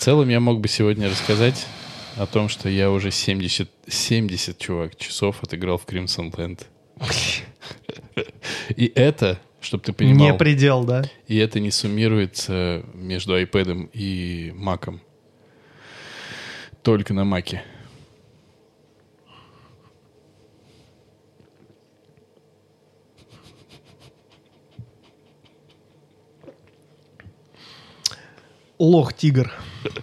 целом я мог бы сегодня рассказать о том, что я уже 70 часов отыграл в Crimson Land. И это, чтобы ты понимал... Не предел, да? И это не суммируется между iPad и Mac'ом. Только на Mac'е. Лох-тигр.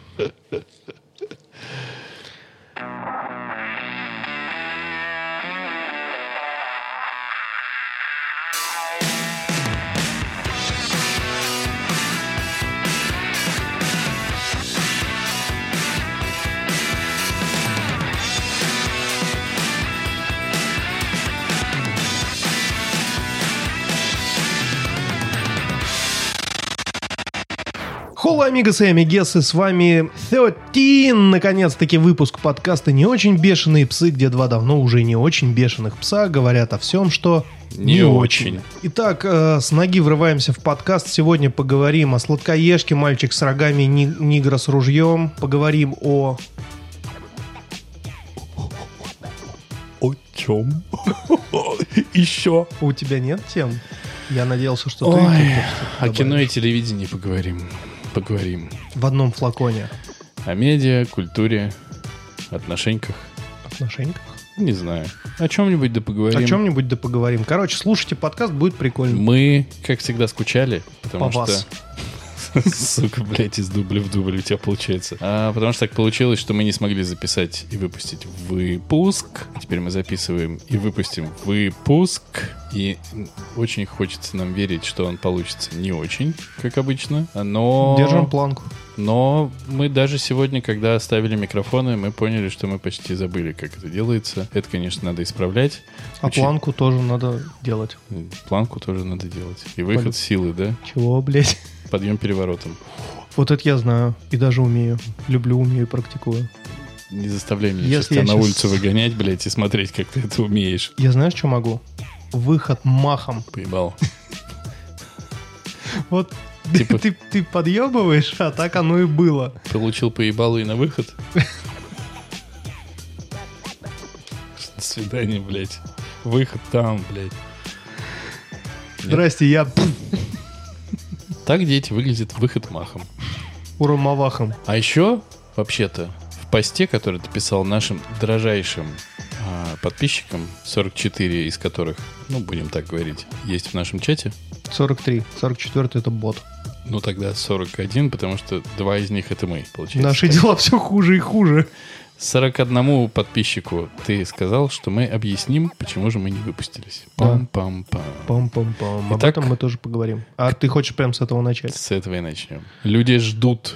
Холла, амигос и амигесы, с вами 13, наконец-таки выпуск подкаста «Не очень бешеные псы», где два давно уже не очень бешеных пса говорят о всем, что не очень. Итак, с ноги врываемся в подкаст. Сегодня поговорим о сладкоежке, мальчик с рогами, нигра с ружьем. Поговорим о... О чем? Еще. У тебя нет тем? Я надеялся, что Ой, ты... о кино и телевидении поговорим. В одном флаконе. О медиа, культуре, отношениях. Отношениях? Не знаю. О чем-нибудь да поговорим. О чем-нибудь да поговорим. Короче, слушайте подкаст, будет прикольно. Мы, как всегда, скучали, потому По что... вас. Сука, блядь, из дубля в дубль у тебя получается. Потому что так получилось, что мы не смогли записать и выпустить выпуск. Теперь мы записываем и выпустим выпуск. И очень хочется нам верить, что он получится не очень, как обычно. Но... Держим планку. Но мы даже сегодня, когда оставили микрофоны, мы поняли, что мы почти забыли, как это делается. Это, конечно, надо исправлять. Планку тоже надо делать. Планку тоже надо делать. И выход силы, да? Чего, блядь? Подъем переворотом. Вот это я знаю. И даже умею. Люблю, умею и практикую. Не заставляй меня сейчас тебя на улицу выгонять, блядь, и смотреть, как ты это умеешь. Я знаешь, что могу? Выход махом. Поебал. Вот типа... ты подъебываешь, а так оно и было. Получил поебалу и на выход? До свидания, блядь. Выход там, блядь. Здрасте, я... Так, дети, выглядит выход махом. Урамавахом. А еще, вообще-то, в посте, который ты писал нашим дорожайшим подписчикам, 44 из которых, ну, будем так говорить, есть в нашем чате. 43. 44 это бот. Ну, тогда 41, потому что 2 из них это мы, получается. Наши дела все хуже и хуже. 41 подписчику ты сказал, что мы объясним, почему же мы не выпустились. Пам-пам-пам. Пам-пам-пам. Об этом мы тоже поговорим. А ты хочешь прямо с этого начать? С этого и начнем. Люди ждут.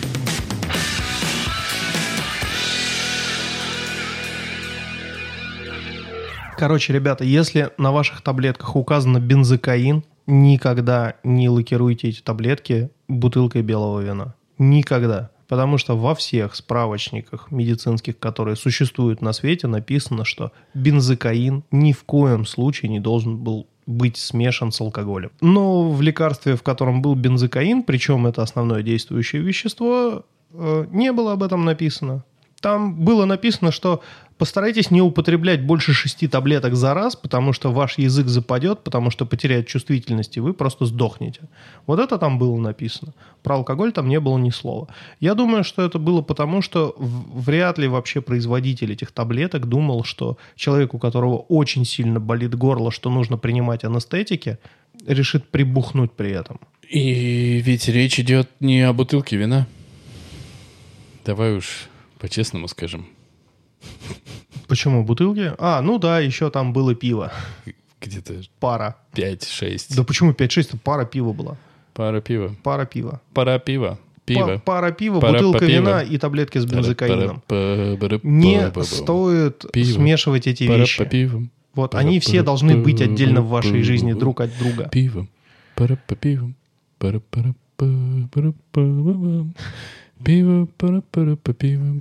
Короче, ребята, если на ваших таблетках указано бензокаин, никогда не лакируйте эти таблетки бутылкой белого вина. Никогда. Потому что во всех справочниках медицинских, которые существуют на свете, написано, что бензокаин ни в коем случае не должен был быть смешан с алкоголем. Но в лекарстве, в котором был бензокаин, причем это основное действующее вещество, не было об этом написано. Там было написано, что постарайтесь не употреблять больше 6 таблеток за раз, потому что ваш язык западет, потому что потеряет чувствительность, и вы просто сдохнете. Вот это там было написано. Про алкоголь там не было ни слова. Я думаю, что это было потому, что вряд ли вообще производитель этих таблеток думал, что человек, у которого очень сильно болит горло, что нужно принимать анестетики, решит прибухнуть при этом. И ведь речь идет не о бутылке вина. Давай уж по-честному скажем. Почему бутылки? Ну да, еще там было пиво. Где-то пара. 5-6. Да почему 5-6? Пара пива была. Пара пива. Пара пива. Пара пива. Пиво. Пара пива, бутылка вина и таблетки с бензокаином. Не стоит смешивать эти вещи. Вот, они все должны быть отдельно в вашей жизни друг от друга. Пиво. Пара по пиву. Пара пара па пара па па. Пиво, пара-пара по пиву.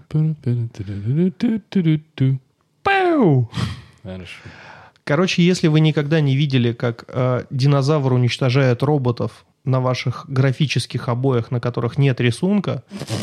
Пау! Хорошо. Короче, если вы никогда не видели, как динозавр уничтожает роботов на ваших графических обоях, на которых нет рисунка,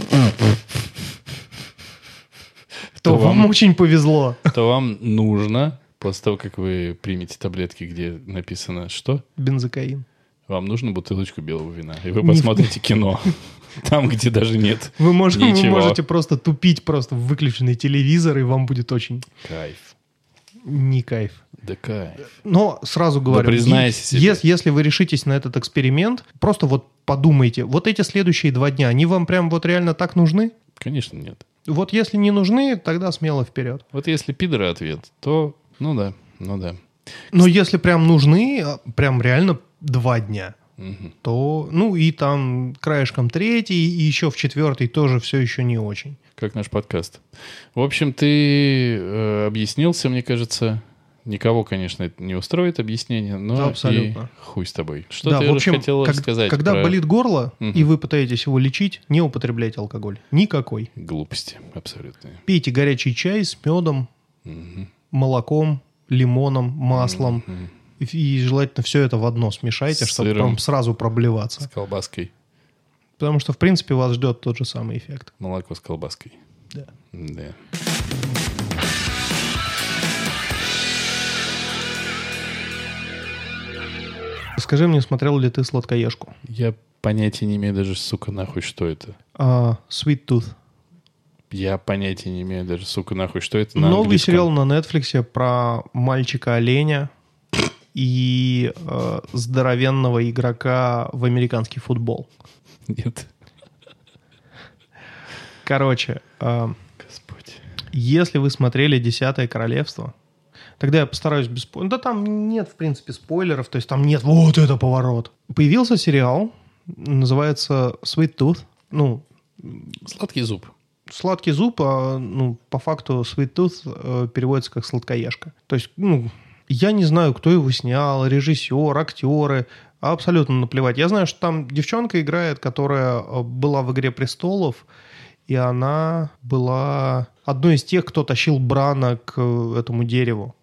то вам очень повезло. То вам нужно, после того, как вы примете таблетки, где написано что? Бензокаин. Вам нужно бутылочку белого вина. И вы посмотрите кино. Там, где даже нет Вы ничего. можете просто тупить просто в выключенный телевизор, и вам будет очень... Кайф. Не кайф. Да кайф. Но сразу говорю, признайся себе. Если вы решитесь на этот эксперимент, просто вот подумайте, вот эти следующие 2 дня, они вам прям вот реально так нужны? Конечно, нет. Вот если не нужны, тогда смело вперед. Вот если пидоры ответ, то ну да. Но если прям нужны, прям реально 2 дня, то, ну и там краешком 3-й, и еще в 4-й тоже все еще не очень. Как наш подкаст. В общем, ты объяснился, мне кажется. Никого, конечно, это не устроит объяснение, но Да, абсолютно. И хуй с тобой. Что Да, ты в общем, хотел сказать? когда про болит горло, Мгм. и вы пытаетесь его лечить, не употребляйте алкоголь. Никакой. глупости абсолютные. Пейте горячий чай с медом, молоком, лимоном, маслом. И желательно все это в одно смешайте, С чтобы сыром. прям сразу проблеваться. С колбаской. Потому что, в принципе, вас ждет тот же самый эффект. Молоко с колбаской. Да. Да. Скажи мне, смотрел ли ты «Сладкоежку»? Я понятия не имею даже, сука, нахуй, что это. Sweet Tooth. Я понятия не имею даже, сука, нахуй, что это на Новый английском. сериал на Netflix про мальчика-оленя и здоровенного игрока в американский футбол. Нет. Короче, Господь. если вы смотрели «Десятое королевство», тогда я постараюсь без спойлеров. Да там нет, в принципе, спойлеров, то есть там нет вот это поворот. Появился сериал, называется Sweet Tooth. Ну, Сладкий зуб. сладкий зуб, по факту Sweet Tooth переводится как сладкоежка. То есть, я не знаю, кто его снял, режиссер, актеры, абсолютно наплевать. Я знаю, что там девчонка играет, которая была в «Игре престолов», и она была одной из тех, кто тащил Брана к этому дереву.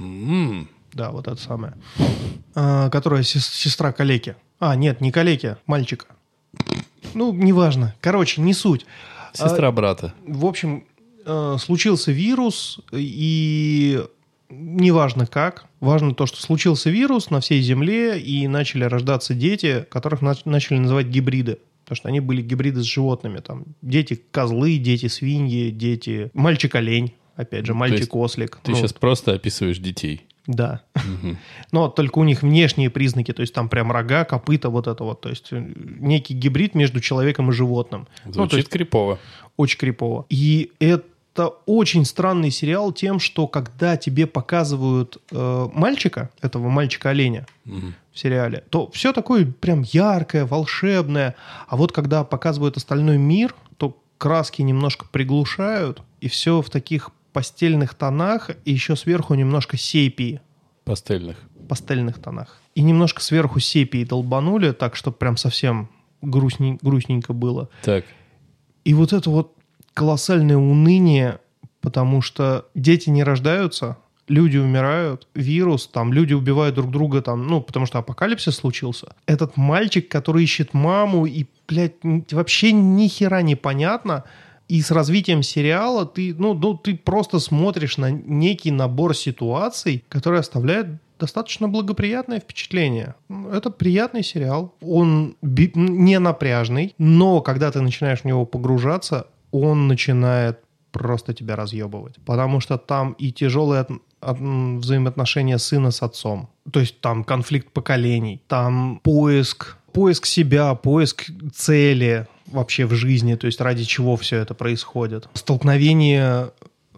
Да, вот это самое. Которая сестра калеки. Нет, не калеки, мальчика. Ну, неважно. Короче, не суть. Сестра брата. В общем, случился вирус, и неважно как. Важно то, что случился вирус на всей Земле, и начали рождаться дети, которых начали называть гибриды. Потому что они были гибриды с животными. Там дети-козлы, дети-свиньи, дети... Мальчик-олень, опять же, мальчик-ослик. Ты сейчас просто описываешь детей. Да. Но только у них внешние признаки, то есть там прям рога, копыта, вот это вот. То есть некий гибрид между человеком и животным. Звучит крипово. Очень крипово. И это очень странный сериал тем, что когда тебе показывают мальчика, этого мальчика-оленя в сериале, то все такое прям яркое, волшебное. А вот когда показывают остальной мир, то краски немножко приглушают, и все в таких пастельных тонах, и еще сверху немножко сепии. Пастельных тонах. И немножко сверху сепии долбанули, так, чтобы прям совсем грустненько было. Так. И вот это вот колоссальное уныние, потому что дети не рождаются, люди умирают, вирус, там люди убивают друг друга, там, потому что апокалипсис случился. Этот мальчик, который ищет маму, и, блядь, вообще ни хера не понятно. И с развитием сериала ты просто смотришь на некий набор ситуаций, которые оставляют достаточно благоприятное впечатление. Это приятный сериал. Он не напряжный, но когда ты начинаешь в него погружаться, он начинает просто тебя разъебывать. Потому что там и тяжелые взаимоотношения сына с отцом. То есть там конфликт поколений, там поиск себя, поиск цели вообще в жизни, то есть ради чего все это происходит. Столкновение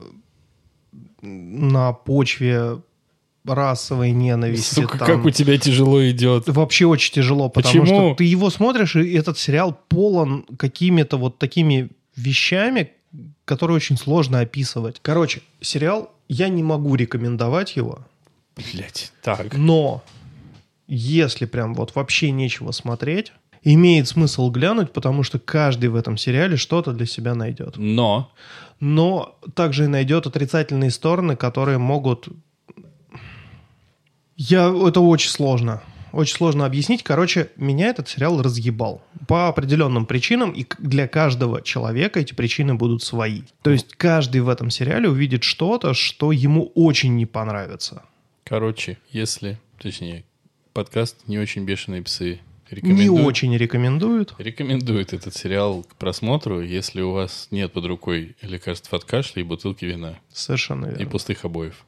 на почве расовой ненависти. Сука, как у тебя тяжело идет. Вообще очень тяжело, потому что ты его смотришь, и этот сериал полон какими-то вот такими вещами, которые очень сложно описывать. Короче, сериал, я не могу рекомендовать его. Блять, так. Но если прям вот вообще нечего смотреть, имеет смысл глянуть, потому что каждый в этом сериале что-то для себя найдет. Но также и найдет отрицательные стороны, которые могут... Это очень сложно. Очень сложно объяснить. Короче, меня этот сериал разъебал. По определенным причинам, и для каждого человека эти причины будут свои. То есть каждый в этом сериале увидит что-то, что ему очень не понравится. Короче, точнее, подкаст «Не очень бешеные псы» не очень рекомендуют. Рекомендует этот сериал к просмотру, если у вас нет под рукой лекарств от кашля и бутылки вина. Совершенно верно. И пустых обоев.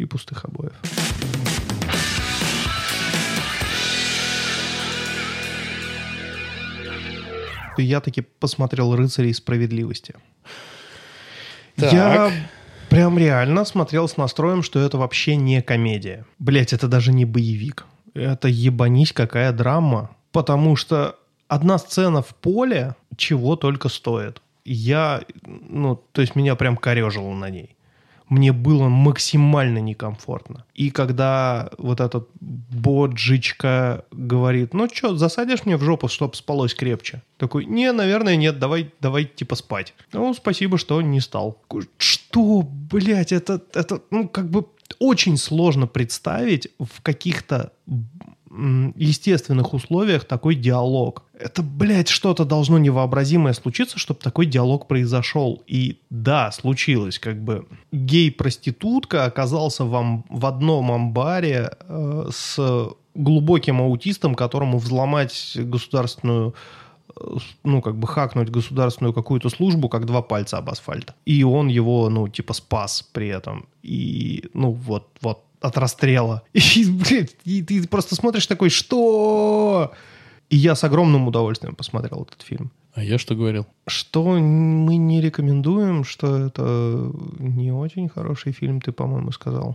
Я таки посмотрел «Рыцарей справедливости». Так. Я прям реально смотрел с настроем, что это вообще не комедия. Блять, это даже не боевик. Это ебанись какая драма. Потому что одна сцена в поле чего только стоит. То есть меня прям корежило на ней. Мне было максимально некомфортно. И когда вот этот Боджичка говорит, ну что, засадишь мне в жопу, чтоб спалось крепче? Такой, не, наверное, нет, давай типа спать. Ну, спасибо, что не стал. Что, блядь, это очень сложно представить в каких-то естественных условиях такой диалог. Это, блядь, что-то должно невообразимое случиться, чтобы такой диалог произошел. И да, случилось. Гей-проститутка оказался в одном амбаре с глубоким аутистом, которому взломать государственную, хакнуть государственную какую-то службу, как два пальца об асфальт. И он его, спас при этом. И, от расстрела. И ты просто смотришь такой, что? И я с огромным удовольствием посмотрел этот фильм. А я что говорил? Что мы не рекомендуем, что это не очень хороший фильм, ты, по-моему, сказал.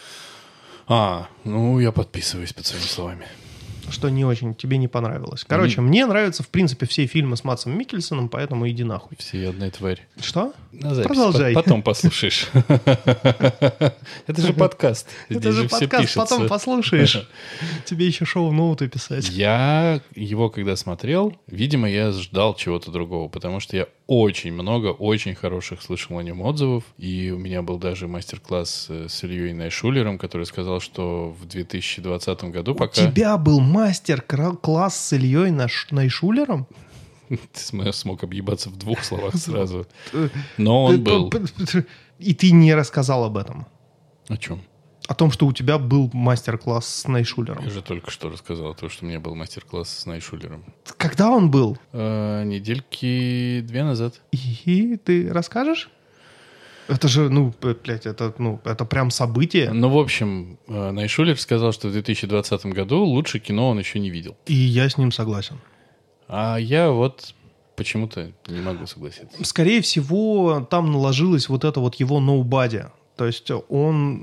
Я подписываюсь под своими словами. Что не очень тебе не понравилось. Короче, мне нравятся, в принципе, все фильмы с Мадсом Миккельсеном, поэтому иди нахуй. Все одна тварь. Что? На запись. Продолжай. Потом послушаешь. Это же подкаст. Это же подкаст, потом послушаешь. Тебе еще шоу-ноуты писать. Я его когда смотрел, видимо, я ждал чего-то другого, потому что я очень много, очень хороших слышал о нем отзывов. И у меня был даже мастер-класс с Ильей Найшулером, который сказал, что в 2020 году У тебя был мастер-класс с Ильей Найшулером? Ты смог объебаться в двух словах сразу. Но он был. И ты не рассказал об этом? О чем? О том, что у тебя был мастер-класс с Найшулером. Я же только что рассказал о том, что у меня был мастер-класс с Найшулером. Когда он был? Недельки 2 назад. И ты расскажешь? Это же, это прям событие. В общем, Найшулер сказал, что в 2020 году лучше кино он еще не видел. И я с ним согласен. А я почему-то не могу согласиться. Скорее всего, там наложилось его nobody. То есть он,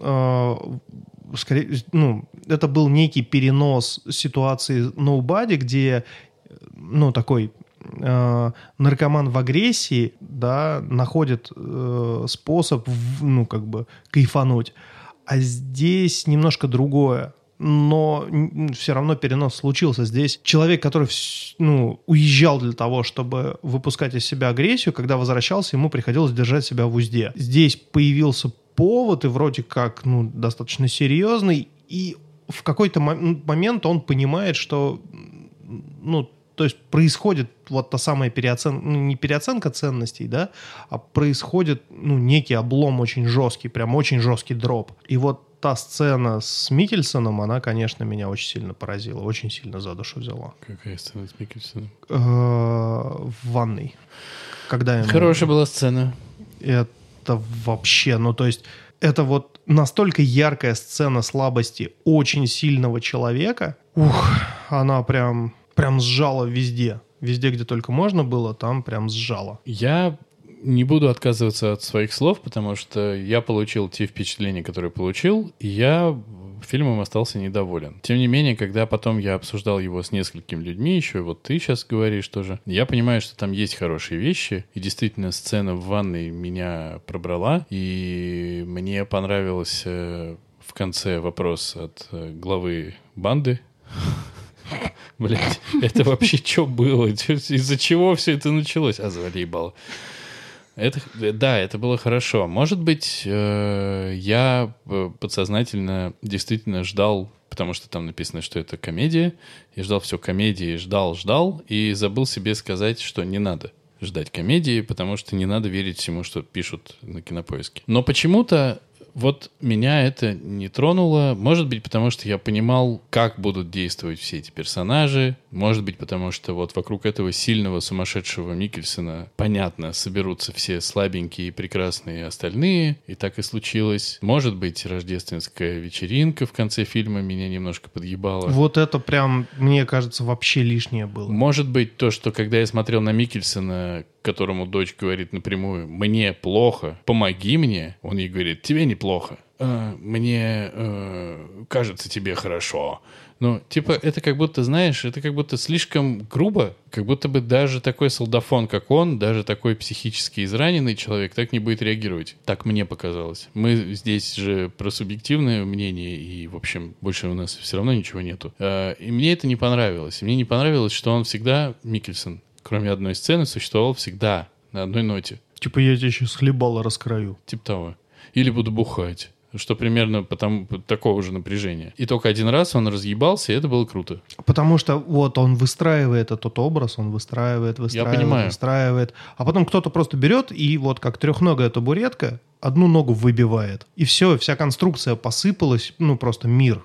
это был некий перенос ситуации nobody, где, такой наркоман в агрессии, да, находит способ, кайфануть. А здесь немножко другое. Но все равно перенос случился. Здесь человек, который уезжал для того, чтобы выпускать из себя агрессию, когда возвращался, ему приходилось держать себя в узде. Здесь появился повод, и вроде как достаточно серьезный, и в какой-то момент он понимает, что то есть происходит та самая переоценка, не переоценка ценностей, да, а происходит некий облом очень жесткий, прям очень жесткий дроп. И та сцена с Миккельсоном, она, конечно, меня очень сильно поразила, очень сильно за душу взяла. Какая сцена с Миккельсоном? В ванной. Хорошая была сцена. Это вообще, то есть это настолько яркая сцена слабости очень сильного человека. Она прям сжала везде. Везде, где только можно было, там прям сжала. Я не буду отказываться от своих слов, потому что я получил те впечатления, которые получил, и я фильмом остался недоволен. Тем не менее, когда потом я обсуждал его с несколькими людьми, еще ты сейчас говоришь тоже, я понимаю, что там есть хорошие вещи, и действительно сцена в ванной меня пробрала, и мне понравился в конце вопрос от главы банды. Блять, это вообще что было? Из-за чего все это началось? Завали ебало. Да, это было хорошо. Может быть, я подсознательно действительно ждал, потому что там написано, что это комедия. Я ждал все комедии, ждал, и забыл себе сказать, что не надо ждать комедии, потому что не надо верить всему, что пишут на Кинопоиске. Но почему-то вот меня это не тронуло. Может быть, потому что я понимал, как будут действовать все эти персонажи. Может быть, потому что вот вокруг этого сильного, сумасшедшего Миккельсена, понятно, соберутся все слабенькие и прекрасные остальные. И так и случилось. Может быть, рождественская вечеринка в конце фильма меня немножко подъебала. Вот это прям, мне кажется, вообще лишнее было. Может быть, то, что когда я смотрел на Миккельсена, которому дочь говорит напрямую: «Мне плохо, помоги мне», он ей говорит: «Тебе неплохо, мне кажется, тебе хорошо». Ну, типа, это как будто, знаешь, это как будто слишком грубо, как будто бы даже такой солдафон, как он, даже такой психически израненный человек так не будет реагировать. Так мне показалось. Мы здесь же про субъективное мнение, и, в общем, больше у нас все равно ничего нету. И мне это не понравилось. И мне не понравилось, что он всегда, Миккельсен, кроме одной сцены, существовал всегда на одной ноте. Типа, я тебе сейчас хлебало раскрою. Типа того. Или буду бухать. Что примерно такого же напряжения. И только один раз он разъебался, и это было круто. Потому что вот он выстраивает этот образ, он выстраивает. Я понимаю. Выстраивает. А потом кто-то просто берет и вот как трехногая табуретка одну ногу выбивает. И все, вся конструкция посыпалась. Ну, просто мир,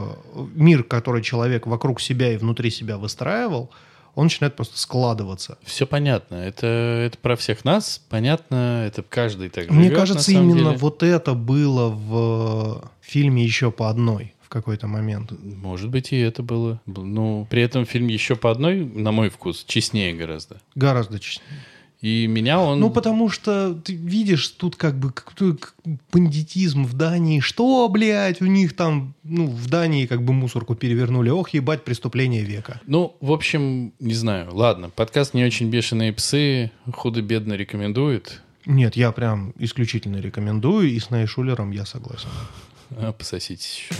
который человек вокруг себя и внутри себя выстраивал, он начинает просто складываться. Все понятно. Это про всех нас. Понятно. Это каждый так живет. Мне кажется, на самом именно деле. вот это было в фильме «Еще по одной» в какой-то момент. Может быть, и это было. Ну, при этом фильм «Еще по одной», на мой вкус, честнее гораздо. Гораздо честнее. И меня он... Ну, потому что ты видишь, тут как бы какой-то бандитизм в Дании. Что, блядь, у них там, ну, в Дании как бы мусорку перевернули. Ох, ебать, преступление века. Ну, в общем, не знаю. Ладно, подкаст «Не очень бешеные псы» худо-бедно рекомендует. Нет, я прям исключительно рекомендую, и с Найшулером я согласен. Пососитесь еще.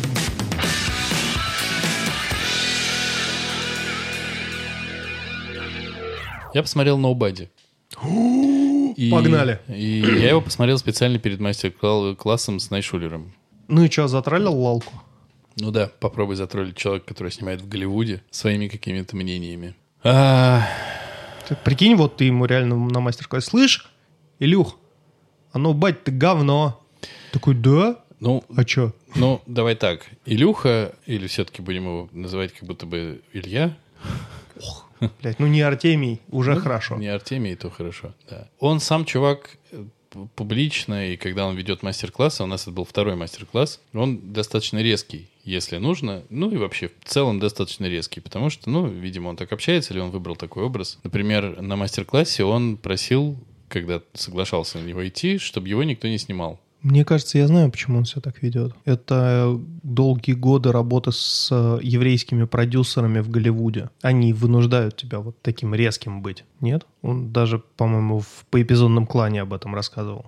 Я посмотрел «Nobody». Погнали. И я его посмотрел специально перед мастер-классом с Найшулером. Ну и что, затралил лалку? Ну да, попробуй затроллить человека, который снимает в Голливуде, своими какими-то мнениями. Ты прикинь, вот ты ему реально на мастер-классе: «Слышь, Илюх, а ну, бать, ты говно». Такой: «Да? Ну, А чё?» ну, давай так. Илюха, или все-таки будем его называть как будто бы Илья? Блядь, ну не Артемий, уже хорошо. Не Артемий, то хорошо, да. Он сам чувак публично, и когда он ведет мастер-классы, у нас это был второй мастер-класс, он достаточно резкий, если нужно, ну и вообще в целом достаточно резкий, потому что, ну, видимо, он так общается, или он выбрал такой образ. Например, на мастер-классе он просил, когда соглашался на него идти, чтобы его никто не снимал. Мне кажется, я знаю, почему он себя так ведет. Это долгие годы работы с еврейскими продюсерами в Голливуде. Они вынуждают тебя вот таким резким быть. Нет? Он даже, по-моему, в поэпизодном клане об этом рассказывал.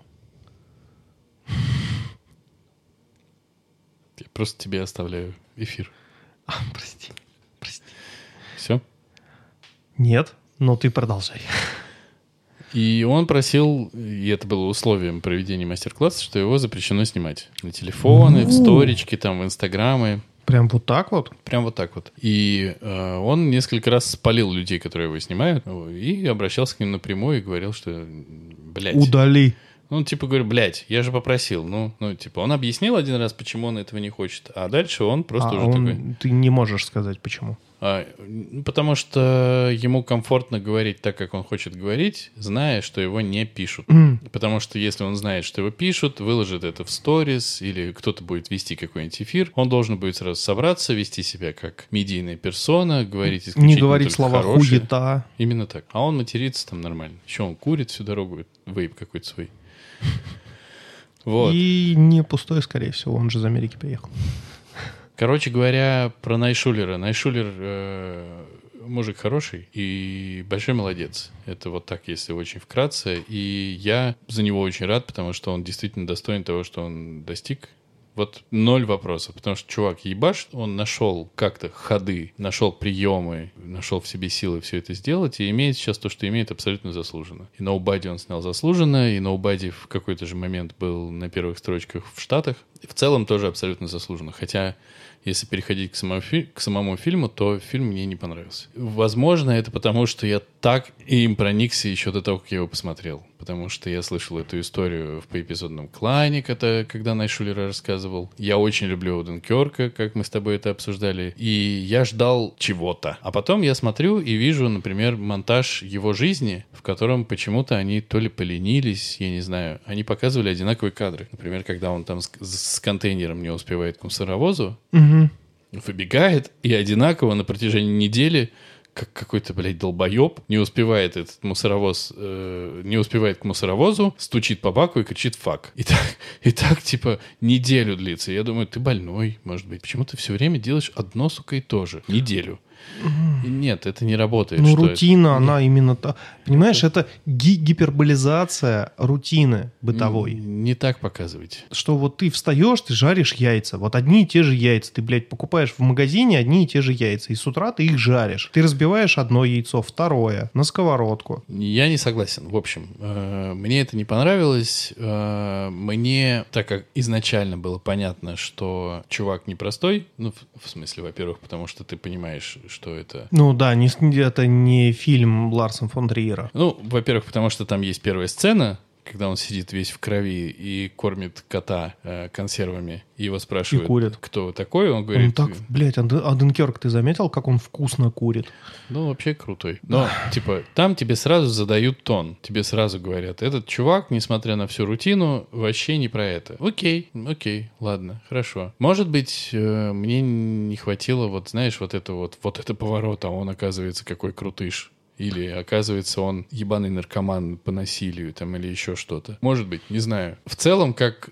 Я просто тебе оставляю эфир. Прости. Все? Нет, но ты продолжай. И он просил, и это было условием проведения мастер-класса, что его запрещено снимать на телефоны, в сторички, там, в инстаграмы. Прям вот так вот? Прям вот так вот. И он несколько раз спалил людей, которые его снимают, и обращался к ним напрямую и говорил, что, блядь... Удали. Ну, типа, говорю, блядь, я же попросил. Ну, типа, он объяснил один раз, почему он этого не хочет, а дальше он просто уже такой... Ты не можешь сказать, почему. Потому что ему комфортно говорить так, как он хочет говорить, зная, что его не пишут. Потому что если он знает, что его пишут, выложит это в сторис, или кто-то будет вести какой-нибудь эфир, он должен будет сразу собраться, вести себя как медийная персона, говорить исключительно не говорить слова хорошие. хуета. Именно так. А он матерится там нормально. Еще он курит всю дорогу, вейп какой-то свой. Вот. И не пустой, скорее всего, он же из Америки приехал. Короче говоря, про Найшулера. Найшулер мужик хороший и большой молодец. Это вот так, если очень вкратце. И я за него очень рад, потому что он действительно достоин того, что он достиг. Вот 0 вопросов. Потому что чувак ебашит, он нашел как-то ходы, нашел приемы, нашел в себе силы все это сделать, и имеет сейчас то, что имеет, абсолютно заслуженно. И Nobody он снял заслуженно, и Nobody в какой-то же момент был на первых строчках в Штатах. И в целом тоже абсолютно заслуженно. Хотя, если переходить к самому фильму, то фильм мне не понравился. Возможно, это потому, что я так им проникся еще до того, как я его посмотрел. Потому что я слышал эту историю в поэпизодном клане, когда Найшулер рассказывал. Я очень люблю Дункерка, как мы с тобой это обсуждали. И я ждал чего-то. А потом я смотрю и вижу, например, монтаж его жизни, в котором почему-то они то ли поленились, я не знаю, они показывали одинаковые кадры. Например, когда он там с контейнером не успевает к мусоровозу, выбегает, и одинаково на протяжении недели как какой-то, блядь, долбоеб не успевает к мусоровозу, стучит по баку и кричит «фак». И так, типа, неделю длится. Я думаю, ты больной, может быть. Почему ты все время делаешь одно, сука, и то же? Неделю. И нет, это не работает. Ну, рутина, она именно та. Понимаешь, это гиперболизация рутины бытовой. Не так показывайте. Что вот ты встаешь, ты жаришь яйца. Вот одни и те же яйца. Ты, блядь, покупаешь в магазине одни и те же яйца. И с утра ты их жаришь. Ты разбиваешь одно яйцо, второе, на сковородку. Я не согласен. В общем, мне это не понравилось. Мне, так как изначально было понятно, что чувак непростой, ну, в смысле, во-первых, потому что ты понимаешь, что это... Ну да, это не фильм Ларса фон Триера. Ну, во-первых, потому что там есть первая сцена, когда он сидит весь в крови и кормит кота консервами, и его спрашивают, и курит. Кто такой, он говорит... Он так, блядь, а Дункерк, ты заметил, как он вкусно курит? Ну, вообще крутой. Но, типа, там тебе сразу задают тон. Тебе сразу говорят, этот чувак, несмотря на всю рутину, вообще не про это. Окей, ладно, хорошо. Может быть, мне не хватило, вот, знаешь, вот это поворот, а он, оказывается, какой крутыш. Или, оказывается, он ебаный наркоман по насилию там, или еще что-то. Может быть, не знаю. В целом, как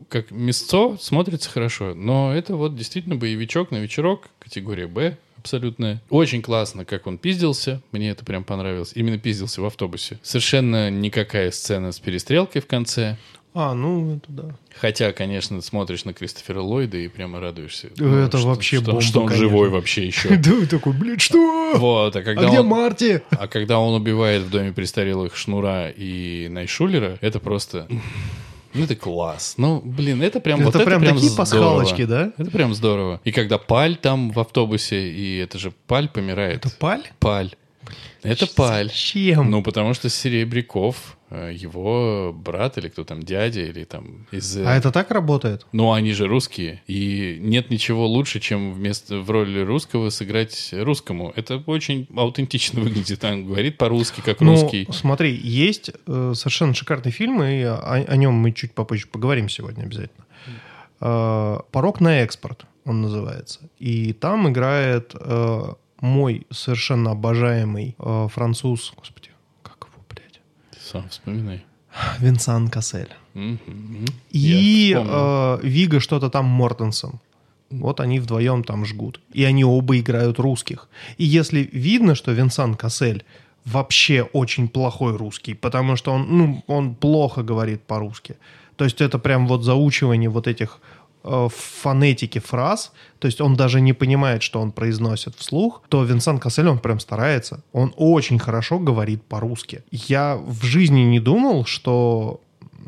мясцо смотрится хорошо. Но это вот действительно боевичок на вечерок, категория «Б». Абсолютно. Очень классно, как он пиздился. Мне это прям понравилось. Именно пиздился в автобусе. Совершенно никакая сцена с перестрелкой в конце. Ну, это да. Хотя, конечно, смотришь на Кристофера Ллойда и прямо радуешься. Это вообще бомба, что он конечно. живой вообще еще. Да, такой, блядь, что? Вот, а где Марти? А когда он убивает в доме престарелых Шнура и Найшулера, это просто... Ну, это класс. Ну, блин, это прям это прям такие здорово. пасхалочки, да? Это прям здорово. И когда Паль там в автобусе, и это же Паль помирает. Это Паль? Паль. Это Паль. Зачем? Ну, потому что Серебряков, его брат или кто там, дядя или там из... А это так работает? Ну, они же русские. И нет ничего лучше, чем в роли русского сыграть русскому. Это очень аутентично выглядит. Он говорит по-русски, как русский. Ну, смотри, есть совершенно шикарный фильм, и о нем мы чуть попозже поговорим сегодня обязательно. «Порок на экспорт» он называется. И там играет мой совершенно обожаемый француз... Господи, как его, блядь? Сам вспоминай. Винсан Кассель. Mm-hmm. И Вига что-то там Мортенсен. Вот они вдвоем там жгут. И они оба играют русских. И если видно, что Винсан Кассель вообще очень плохой русский, потому что он плохо говорит по-русски. То есть это прям вот заучивание вот этих фонетики фраз, то есть он даже не понимает, что он произносит вслух, то Винсан Кассель, он прям старается. Он очень хорошо говорит по-русски. Я в жизни не думал, что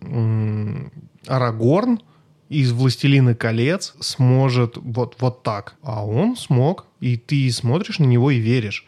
Арагорн из «Властелина колец» сможет вот так. А он смог. И ты смотришь на него и веришь.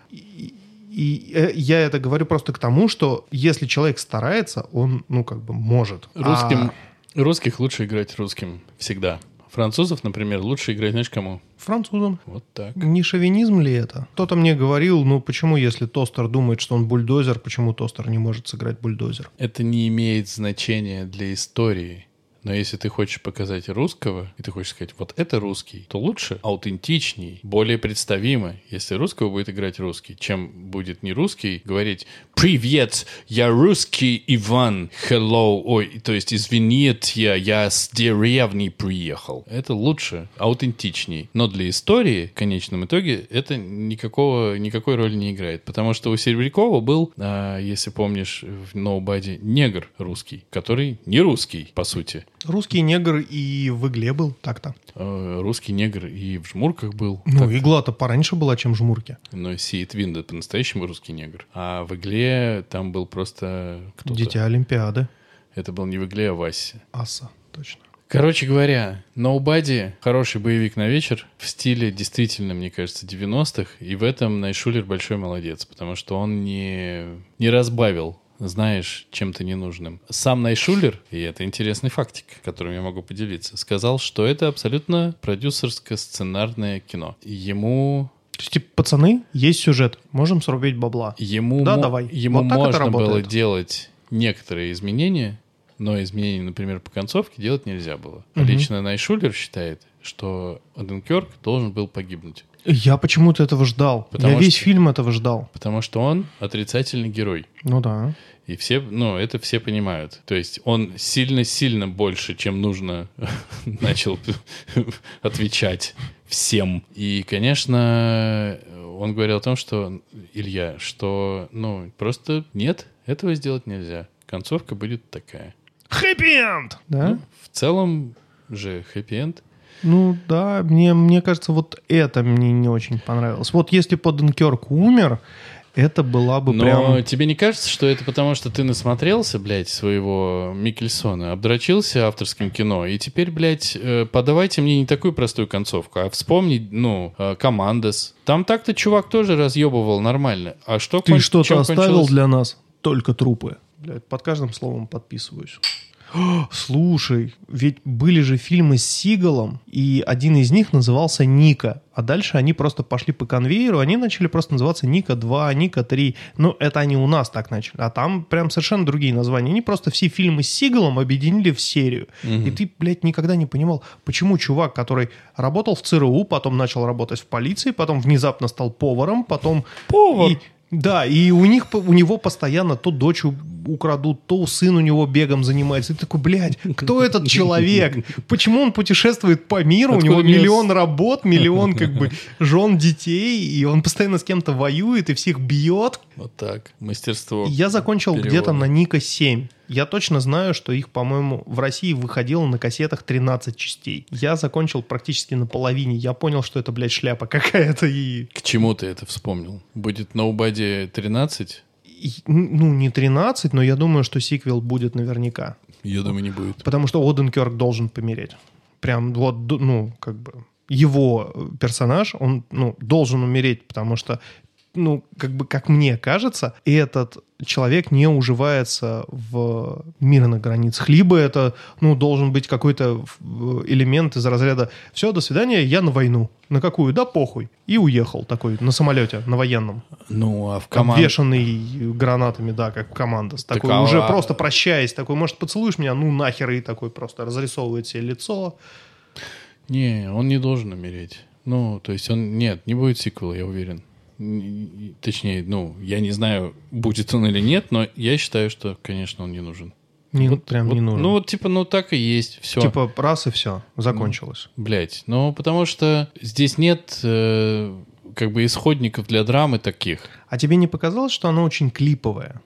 И я это говорю просто к тому, что если человек старается, он, может. Русских лучше играть русским всегда. Французов, например, лучше играть, знаешь, кому? Французам. Вот так. Не шовинизм ли это? Кто-то мне говорил, почему, если Тостер думает, что он бульдозер, почему Тостер не может сыграть бульдозер? Это не имеет значения для истории. Но если ты хочешь показать русского, и ты хочешь сказать, вот это русский, то лучше, аутентичней, более представимо, если русского будет играть русский, чем будет не русский говорить «Привет, я русский Иван, hello», ой, то есть «Извините, я с деревни приехал». Это лучше, аутентичней. Но для истории, в конечном итоге, это никакой роли не играет. Потому что у Серебрякова был, если помнишь, в Nobody негр русский, который не русский, по сути. Русский негр и в «Игле» был так-то. Русский негр и в «Жмурках» был. Ну, так-то. «Игла»-то пораньше была, чем «Жмурки». Но Сиит Винд — это по-настоящему русский негр. А в «Игле» там был просто кто-то. «Дитя Олимпиады». Это был не в «Игле», а в «Ассе». Асса, точно. Короче говоря, Nobody — хороший боевик на вечер в стиле, действительно, мне кажется, 90-х. И в этом Найшулер большой молодец, потому что он не разбавил, знаешь, чем-то ненужным. Сам Найшулер, и это интересный фактик, которым я могу поделиться, сказал, что это абсолютно продюсерско-сценарное кино. Ему... То есть, типа, пацаны, есть сюжет, можем срубить бабла. Давай. Ему вот так это можно было работает. делать некоторые изменения, но изменений, например, по концовке делать нельзя было. Мгм. Лично Найшулер считает, что Оденкерк должен был погибнуть. Я почему-то этого ждал. Потому Я весь что- фильм этого ждал. Потому что он отрицательный герой. Ну да. И все, это все понимают. То есть он сильно-сильно больше, чем нужно, начал отвечать всем. И, конечно, он говорил о том, что, Илья, что, просто нет, этого сделать нельзя. Концовка будет такая. Хэппи-энд! Да? Ну, в целом же хэппи-энд. Ну да, мне кажется, вот это мне не очень понравилось. Вот если бы Дункерк умер, это была бы Но прям... тебе не кажется, что это потому, что ты насмотрелся, блядь, своего Миккельсона, обдрочился авторским кино, и теперь, блядь, подавайте мне не такую простую концовку, а вспомни, «Командос». Там так-то чувак тоже разъебывал нормально. А что Ты что-то чем оставил кончилось? для нас? Только трупы. Блядь, под каждым словом подписываюсь. Слушай, ведь были же фильмы с Сигалом, и один из них назывался «Ника». А дальше они просто пошли по конвейеру, они начали просто называться «Ника 2», «Ника 3». Ну, это они у нас так начали. А там прям совершенно другие названия. Они просто все фильмы с Сигалом объединили в серию. И ты, блядь, никогда не понимал, почему чувак, который работал в ЦРУ, потом начал работать в полиции, потом внезапно стал поваром, потом... Повар? Да, и у него постоянно то дочь украдут, то сын у него бегом занимается. И ты такой, блядь, кто этот человек? Почему он путешествует по миру? Откуда у него у меня миллион работ, миллион жен, детей, и он постоянно с кем-то воюет и всех бьет. Вот так, мастерство. Я закончил перевода. где-то на Ника 7. Я точно знаю, что их, по-моему, в России выходило на кассетах 13 частей. Я закончил практически на половине. Я понял, что это, блядь, шляпа какая-то. И К чему ты это вспомнил? Будет Nobody 13? не 13, но я думаю, что сиквел будет наверняка. Я думаю, не будет. Потому что Оденкерк должен помереть. Прям вот, его персонаж, он, должен умереть, потому что, как мне кажется, этот человек не уживается в мирных границах. Либо это, должен быть какой-то элемент из разряда «все, до свидания, я на войну». На какую? Да похуй. И уехал такой на самолете, на военном. Ну, а в команде... Обвешанный гранатами, да, как Командос. Такой уже просто прощаясь, такой, может, поцелуешь меня? Ну, нахер, и такой просто разрисовывает себе лицо. Не, он не должен умереть. То есть не будет сиквела, я уверен. Точнее, я не знаю, будет он или нет, но я считаю, что, конечно, он не нужен. Не нужен. Так и есть, все. Типа, раз и все, закончилось. Блять, потому что здесь нет исходников для драмы таких. А тебе не показалось, что она очень клиповая?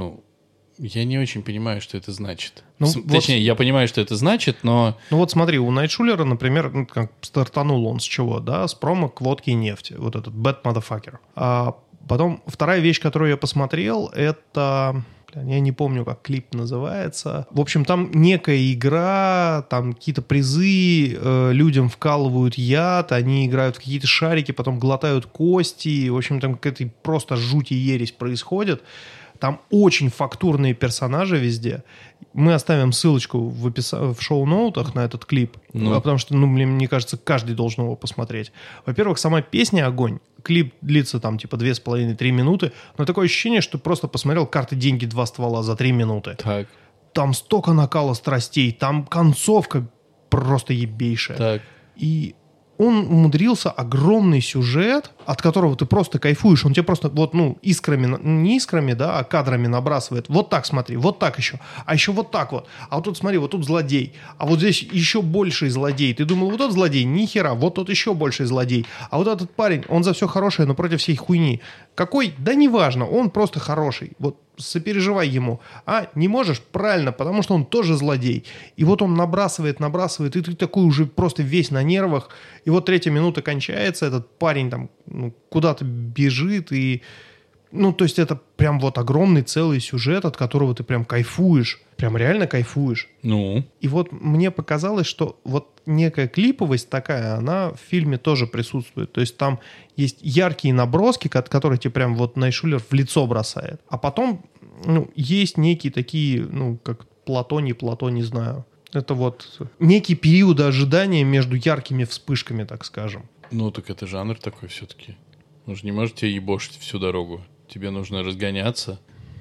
Я не очень понимаю, что это значит. Вот... я понимаю, что это значит, но... вот смотри, у Найшулера, например, как стартанул он с чего, да? С промо к водке и нефти. Вот этот bad motherfucker. А потом вторая вещь, которую я посмотрел, это... Я не помню, как клип называется. В общем, там некая игра, там какие-то призы, людям вкалывают яд, они играют в какие-то шарики, потом глотают кости. В общем, там какая-то просто жуть и ересь происходит. Там очень фактурные персонажи везде. Мы оставим ссылочку в шоу-ноутах на этот клип, потому что, мне кажется, каждый должен его посмотреть. Во-первых, сама песня «Огонь». Клип длится там типа 2,5-3 минуты, но такое ощущение, что просто посмотрел «Карты, деньги, два ствола» за 3 минуты. Так. Там столько накала страстей, там концовка просто ебейшая. Так. И он умудрился огромный сюжет, от которого ты просто кайфуешь. Он тебе просто искрами, не искрами, да, а кадрами набрасывает. Вот так смотри, вот так еще. А еще вот так вот. А вот тут смотри, вот тут злодей. А вот здесь еще больший злодей. Ты думал, вот тот злодей? Ни хера. Вот тот еще больший злодей. А вот этот парень, он за все хорошее, но против всей хуйни. Какой? Да неважно. Он просто хороший. Вот сопереживай ему. А не можешь? Правильно, потому что он тоже злодей. И вот он набрасывает, и ты такой уже просто весь на нервах. И вот 3-я минута кончается, этот парень там куда-то бежит, и... то есть это прям вот огромный целый сюжет, от которого ты прям кайфуешь. Прям реально кайфуешь. И вот мне показалось, что вот некая клиповость такая, она в фильме тоже присутствует. То есть там есть яркие наброски, которые тебе прям вот Найшулер в лицо бросает. А потом, есть некие такие, как плато, не знаю. Это вот некий период ожидания между яркими вспышками, так скажем. Так это жанр такой все-таки. Он же не может тебя ебошить всю дорогу. Тебе нужно разгоняться.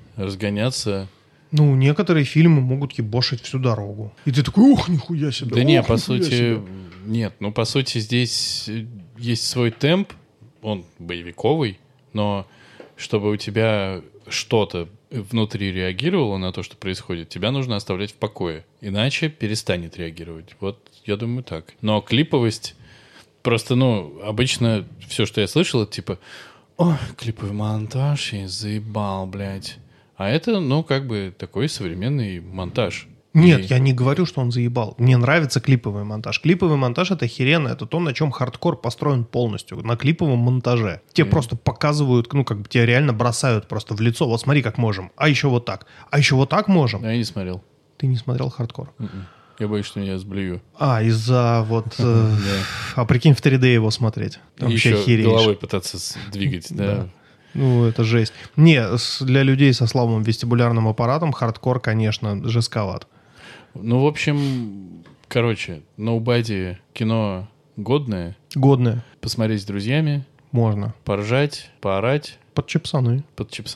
Некоторые фильмы могут ебошить всю дорогу. И ты такой, нихуя себе. Да не, по сути, нет. По сути, здесь есть свой темп, он боевиковый, но чтобы у тебя что-то внутри реагировало на то, что происходит, тебя нужно оставлять в покое. Иначе перестанет реагировать. Вот, я думаю, так. Но клиповость... Просто, обычно все, что я слышал, это типа... клиповый монтаж, я заебал, блядь. А это, такой современный монтаж. Нет, я не говорю, что он заебал. Мне нравится клиповый монтаж. Клиповый монтаж — это охеренно. Это то, на чем хардкор построен полностью. На клиповом монтаже. Тебе просто показывают, тебя реально бросают просто в лицо. Вот смотри, как можем. А еще вот так. А еще вот так можем. Я не смотрел. Ты не смотрел хардкор? Я боюсь, что меня сблюю. Из-за вот... А прикинь, в 3D его смотреть. Вообще охереешь. Головой пытаться двигать, да. Это жесть. Для людей со слабым вестибулярным аппаратом хардкор, конечно, жестковат. В общем, Nobody кино годное. Годное. Посмотреть с друзьями. Можно. Поржать, поорать. Под чипсаны.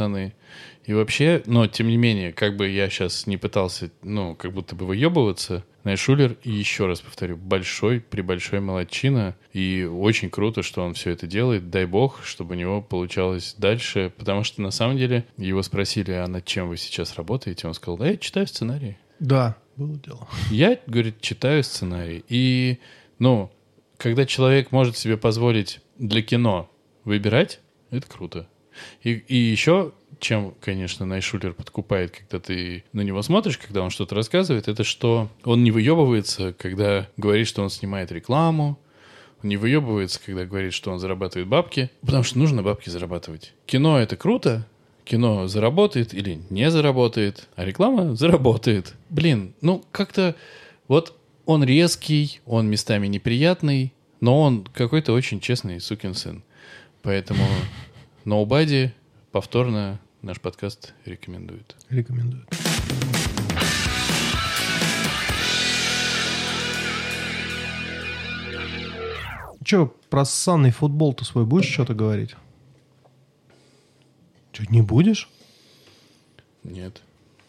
И вообще, но тем не менее, как бы я сейчас не пытался, как будто бы выебываться, Найшулер, и еще раз повторю, пребольшой молодчина, и очень круто, что он все это делает. Дай бог, чтобы у него получалось дальше, потому что на самом деле его спросили, а над чем вы сейчас работаете? Он сказал, я читаю сценарий. Да, было дело. Я, говорит, читаю сценарий. И, когда человек может себе позволить для кино выбирать, это круто. И еще, чем, конечно, Найшулер подкупает, когда ты на него смотришь, когда он что-то рассказывает, это что он не выебывается, когда говорит, что он снимает рекламу, он не выебывается, когда говорит, что он зарабатывает бабки, потому что нужно бабки зарабатывать. Кино — это круто, кино заработает или не заработает, а реклама заработает. Как-то вот он резкий, он местами неприятный, но он какой-то очень честный сукин сын. Поэтому Nobody повторно наш подкаст рекомендует. Че, про ссаный футбол ты свой будешь что-то говорить? Че, не будешь? Нет.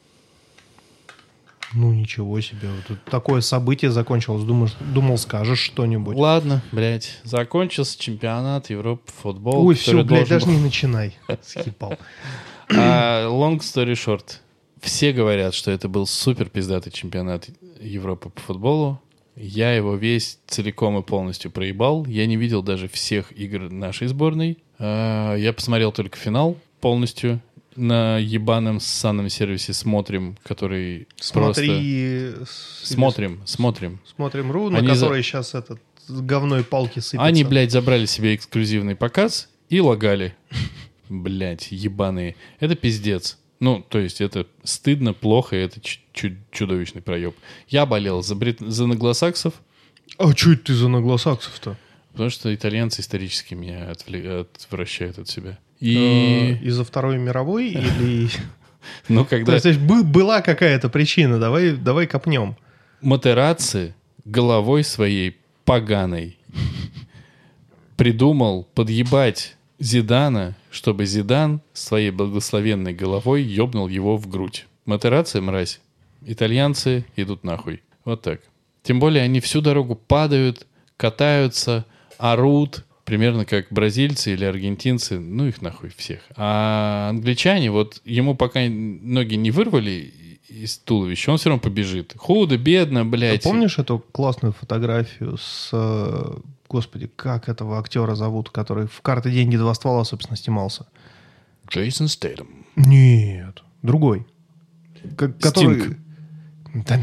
Ничего себе. Вот тут такое событие закончилось. Думал, скажешь что-нибудь. Ладно, блядь. Закончился чемпионат Европы по футболу. Ой, все, блядь, даже не начинай. Съебал. Long story short. Все говорят, что это был супер пиздатый чемпионат Европы по футболу. Я его весь целиком и полностью проебал. Я не видел даже всех игр нашей сборной. Я посмотрел только финал полностью. На ебаном ссаном сервисе «Смотрим», который Смотри... просто... Смотрим. Смотрим.ру, на который сейчас этот с говной палки сыпется. Они, блядь, забрали себе эксклюзивный показ и лагали. Блядь, ебаные. Это пиздец. То есть это стыдно, плохо, и это чудовищный проеб. Я болел за англосаксов. А чё это ты за англосаксов-то? Потому что итальянцы исторически меня отвращают от себя. Из-за Второй мировой или... когда... То есть была какая-то причина, давай копнем. Матераци головой своей поганой придумал подъебать Зидана, чтобы Зидан своей благословенной головой ёбнул его в грудь. Матераци, мразь. Итальянцы идут нахуй. Вот так. Тем более они всю дорогу падают, катаются, орут, примерно как бразильцы или аргентинцы, их нахуй всех. А англичане, вот ему пока ноги не вырвали из туловища, он все равно побежит. Худо, бедно, блядь. Ты помнишь эту классную фотографию с... Господи, как этого актера зовут, который в «Карты, деньги, два ствола», собственно, снимался? Джейсон Стэйтем. Нет. Другой. Который... Да.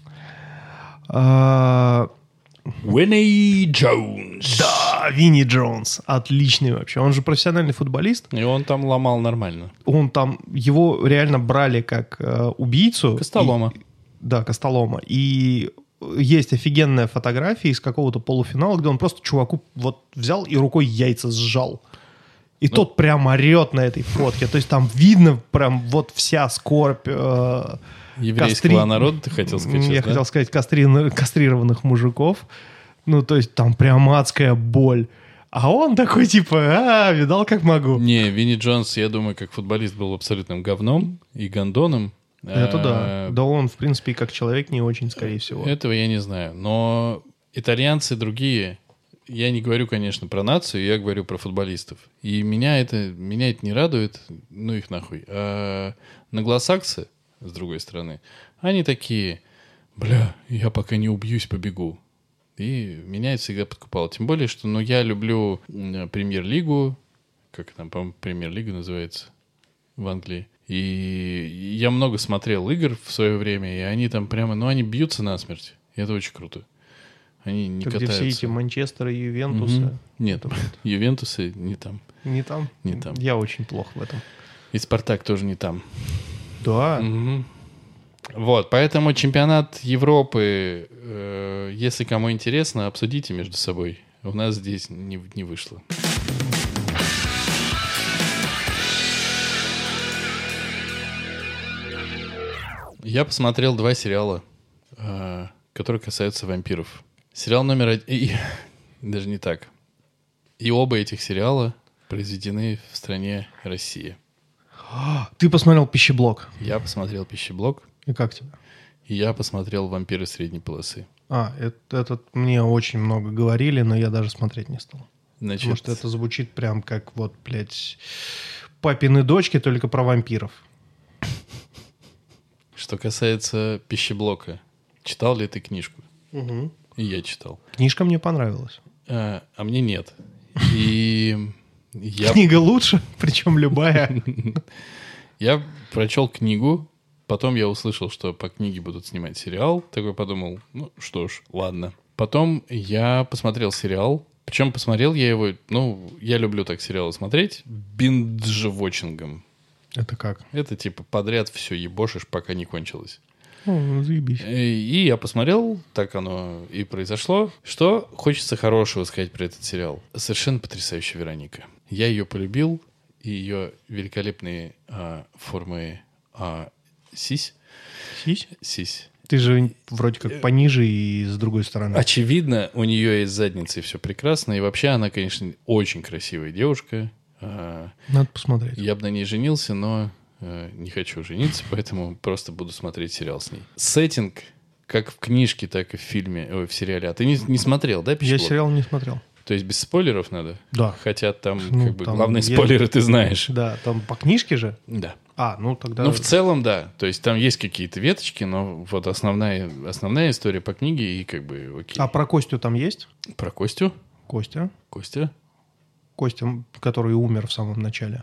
Винни Джонс. Да, Винни Джонс. Отличный вообще. Он же профессиональный футболист. И он там ломал нормально. Он там... Его реально брали как убийцу. Костолома. Да, Костолома. И есть офигенная фотография из какого-то полуфинала, где он просто чуваку вот взял и рукой яйца сжал. И тот прям орет на этой фотке. То есть там видно прям вот вся скорбь... Еврейского народа, ты хотел сказать? Я хотел сказать кастрированных мужиков. Ну, то есть там прям адская боль. А он такой типа, видал, как могу. Не, Винни Джонс, я думаю, как футболист был абсолютным говном и гондоном. Это да. Да он, в принципе, как человек не очень, скорее всего. Этого я не знаю. Но итальянцы другие. Я не говорю, конечно, про нацию, я говорю про футболистов. И меня это не радует, ну их нахуй. А англосаксы, с другой стороны, они такие, я пока не убьюсь, побегу. И меня это всегда подкупало. Тем более, что я люблю премьер-лигу, как там, по-моему, премьер-лига называется в Англии. И я много смотрел игр в свое время, и они там прямо, они бьются насмерть. И это очень круто. Они не катаются. Где все эти Манчестеры и Ювентусы? Угу. Нет, Ювентусы не там. Не там? Не там. Я очень плох в этом. И Спартак тоже не там. Да. Угу. Вот, поэтому чемпионат Европы, если кому интересно, обсудите между собой. У нас здесь не вышло. Я посмотрел 2 сериала, которые касаются вампиров. Сериал номер 1... Даже не так. И оба этих сериала произведены в стране Россия. Ты посмотрел «Пищеблок». Я посмотрел «Пищеблок». И как тебе? И я посмотрел «Вампиры средней полосы». Это мне очень много говорили, но я даже смотреть не стал. Значит, потому что это звучит прям как папины дочки, только про вампиров. Что касается «Пищеблока», читал ли ты книжку? Угу. И я читал. Книжка мне понравилась. А мне нет. И Книга лучше, причем любая. Я прочел книгу, потом я услышал, что по книге будут снимать сериал. Такой подумал, что ж, ладно. Потом я посмотрел сериал. Причем посмотрел я его, я люблю так сериалы смотреть, биндж-вотчингом. Это как? Это типа подряд все ебошишь, пока не кончилось. Заебись. И я посмотрел, так оно и произошло. Что хочется хорошего сказать про этот сериал? Совершенно потрясающая Вероника. Я ее полюбил, и ее великолепные формы сись. Сись? Сись. Ты же вроде как пониже и с другой стороны. Очевидно, у нее есть задница, и все прекрасно. И вообще она, конечно, очень красивая девушка. Надо посмотреть. Я бы на ней женился, но не хочу жениться, поэтому просто буду смотреть сериал с ней. Сеттинг, как в книжке, так и в фильме, в сериале. А ты не смотрел, да, «Пищеблок»? Я сериал не смотрел. То есть без спойлеров надо? Да. Хотя там, там главные спойлеры ты знаешь. Да, там по книжке же? Да. Тогда... В целом, да. То есть там есть какие-то веточки, но вот основная история по книге и окей. А про Костю там есть? Про Костю? Костя, который умер в самом начале.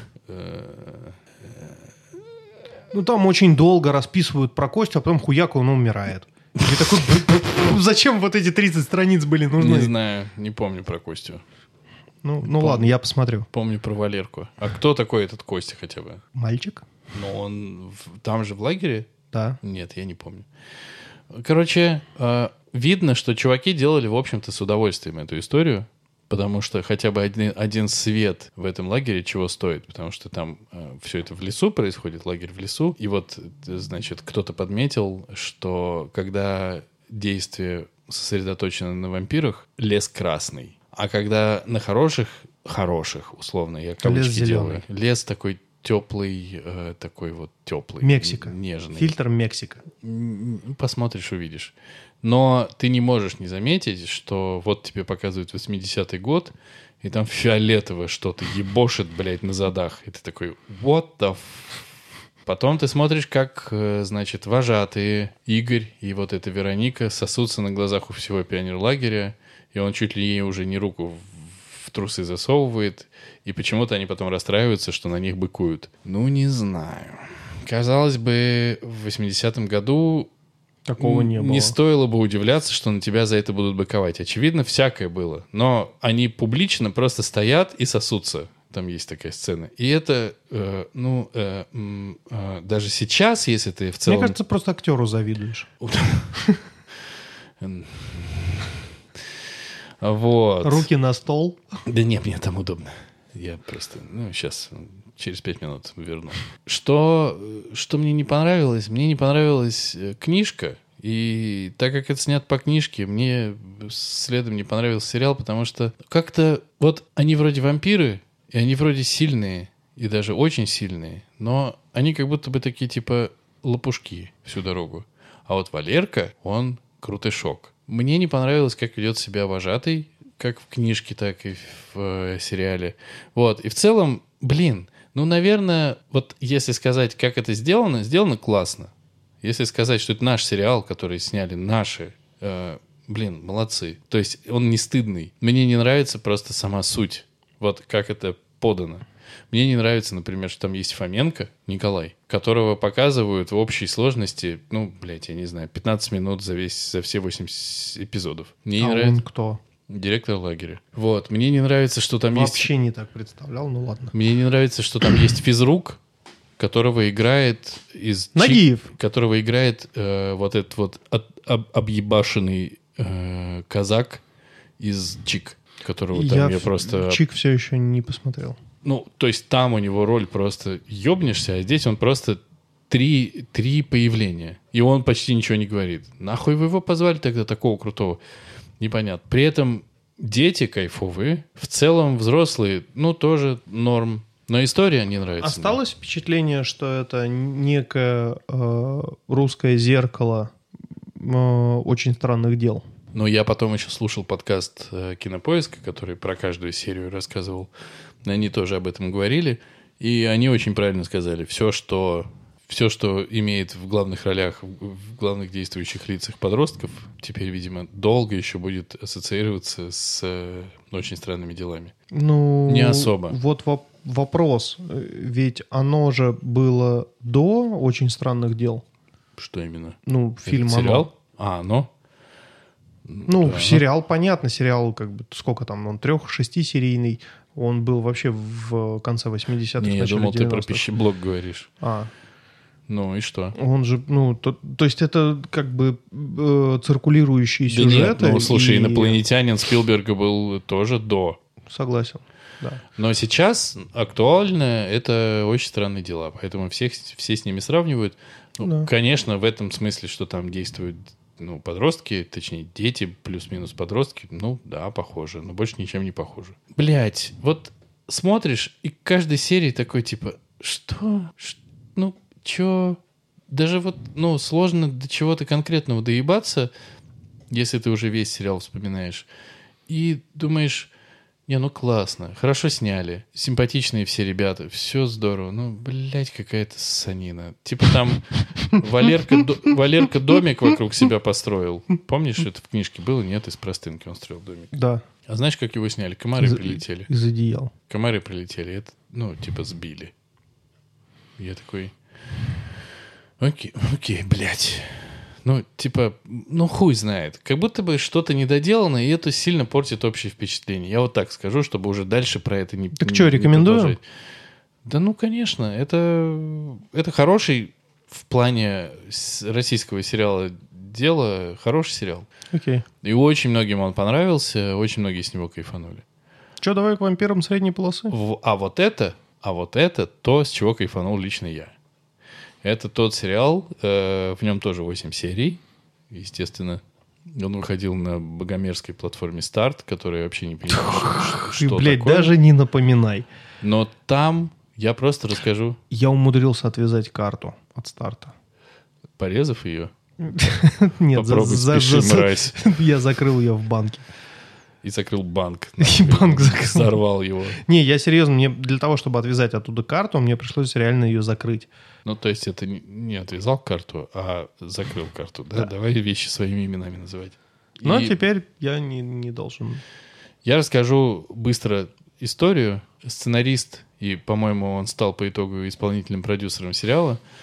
Там очень долго расписывают про Костю, а потом хуяк он умирает. И такой, зачем вот эти 30 страниц были нужны? Не знаю, не помню про Костю. Ладно, я посмотрю. Помню про Валерку. А кто такой этот Костя хотя бы? Мальчик? Он там же в лагере? Да. Нет, я не помню. Короче, видно, что чуваки делали, в общем-то, с удовольствием эту историю, потому что хотя бы один свет в этом лагере чего стоит, потому что там все это в лесу происходит, лагерь в лесу. И вот, значит, кто-то подметил, что когда действие сосредоточено на вампирах, лес красный. А когда на хороших, условно, я кавычки делаю, лес такой теплый, теплый. Мексика. Нежный. Фильтр Мексика. Посмотришь, увидишь. Но ты не можешь не заметить, что вот тебе показывают 80-й год, и там фиолетовое что-то ебошит, блядь, на задах. И ты такой, what the Потом ты смотришь, как, значит, вожатые Игорь и вот эта Вероника сосутся на глазах у всего пионерлагеря, и он чуть ли ей уже не руку в трусы засовывает, и почему-то они потом расстраиваются, что на них быкуют. Не знаю. казалось бы, в 80-м году Такого не было. не стоило бы удивляться, что на тебя за это будут быковать. Очевидно, всякое было. Но они публично просто стоят и сосутся. Там есть такая сцена. И это, даже сейчас, если ты в целом... Мне кажется, просто актеру завидуешь. Вот. Руки на стол. Да нет, мне там удобно. Я просто, сейчас, через 5 минут верну. Что мне не понравилось? Мне не понравилась книжка. И так как это снято по книжке, мне следом не понравился сериал, потому что как-то вот они вроде вампиры, и они вроде сильные, и даже очень сильные, но они как будто бы такие типа лопушки всю дорогу. А вот Валерка, он крутышок. Мне не понравилось, как ведет себя вожатый, как в книжке, так и в сериале. Вот. И в целом, наверное, вот если сказать, как это сделано классно. Если сказать, что это наш сериал, который сняли наши, молодцы. То есть он не стыдный. Мне не нравится просто сама суть. Вот как это подано. Мне не нравится, например, что там есть Фоменко Николай, которого показывают в общей сложности, я не знаю, 15 минут за все 8 эпизодов. Мне не нравится. Он кто? Директор лагеря. Вот. Мне не нравится, что там есть... Вообще не так представлял, ну ладно. Мне не нравится, что там есть физрук, которого играет Нагиев. Которого играет вот этот вот объебашенный казак из Чик, которого там я просто... Чик все еще не посмотрел. То есть там у него роль просто ёбнешься, а здесь он просто три появления. И он почти ничего не говорит. Нахуй вы его позвали тогда, такого крутого? Непонятно. При этом дети кайфовые. В целом взрослые, тоже норм. Но история не нравится. Осталось впечатление, что это некое русское зеркало очень странных дел. Но я потом еще слушал подкаст «Кинопоиска», который про каждую серию рассказывал. Они тоже об этом говорили. И они очень правильно сказали. Все, что имеет в главных ролях, в главных действующих лицах подростков, теперь, видимо, долго еще будет ассоциироваться с очень странными делами. Не особо. Вот вопрос. Ведь оно же было до «Очень странных дел». Что именно? Фильм «Этот сериал»? «Оно». Да. Сериал, понятно, сериал, сколько там, он 3-6-серийный, он был вообще в конце 80-х, Не, я думал, 90-х. ты про пищеблок говоришь. Ну и что? Он же, то есть это циркулирующие сюжеты. Да нет, слушай, «Инопланетянин» Спилберга был тоже до. Согласен, да. Но сейчас актуально это «Очень странные дела», поэтому все с ними сравнивают. Да. Конечно, в этом смысле, что там действуют подростки, точнее, дети плюс-минус подростки, да, похоже, но больше ничем не похоже. Блять, вот смотришь, и к каждой серии такой, типа, что? Чё? Даже вот, сложно до чего-то конкретного доебаться, если ты уже весь сериал вспоминаешь. И думаешь, классно, хорошо сняли, симпатичные все ребята, все здорово. Блядь, какая-то ссанина. Типа там Валерка домик вокруг себя построил. Помнишь, это в книжке было? Нет, из простынки он строил домик. Да. А знаешь, как его сняли? Комары прилетели. Из одеял. Комары прилетели, это, сбили. Я такой... Окей, блядь. Хуй знает. Как будто бы что-то недоделано, и это сильно портит общее впечатление. Я вот так скажу, чтобы уже дальше про это не... Так что, рекомендую? Да, конечно. Это хороший в плане российского сериала дело, хороший сериал. Окей. И очень многим он понравился, очень многие с него кайфанули. Что, давай к вампирам средней полосы? А вот это то, с чего кайфанул лично я. Это тот сериал, в нем тоже 8 серий, естественно. Он выходил на богомерзкой платформе «Старт», которая вообще не понимает, что блядь, такое. даже не напоминай. Но там я просто расскажу. Я умудрился отвязать карту от «Старта». Порезав ее? Нет, попробуй, спеши, мразь. Я закрыл ее в банке. И закрыл банк. И банк закрыл. Взорвал его. Не, я серьезно, мне для того, чтобы отвязать оттуда карту, мне пришлось реально ее закрыть. То есть это не отвязал карту, а закрыл карту. Да? Давай вещи своими именами называть. Но теперь я не должен. Я расскажу быстро историю. Сценарист, и, по-моему, он стал по итогу исполнительным продюсером сериала,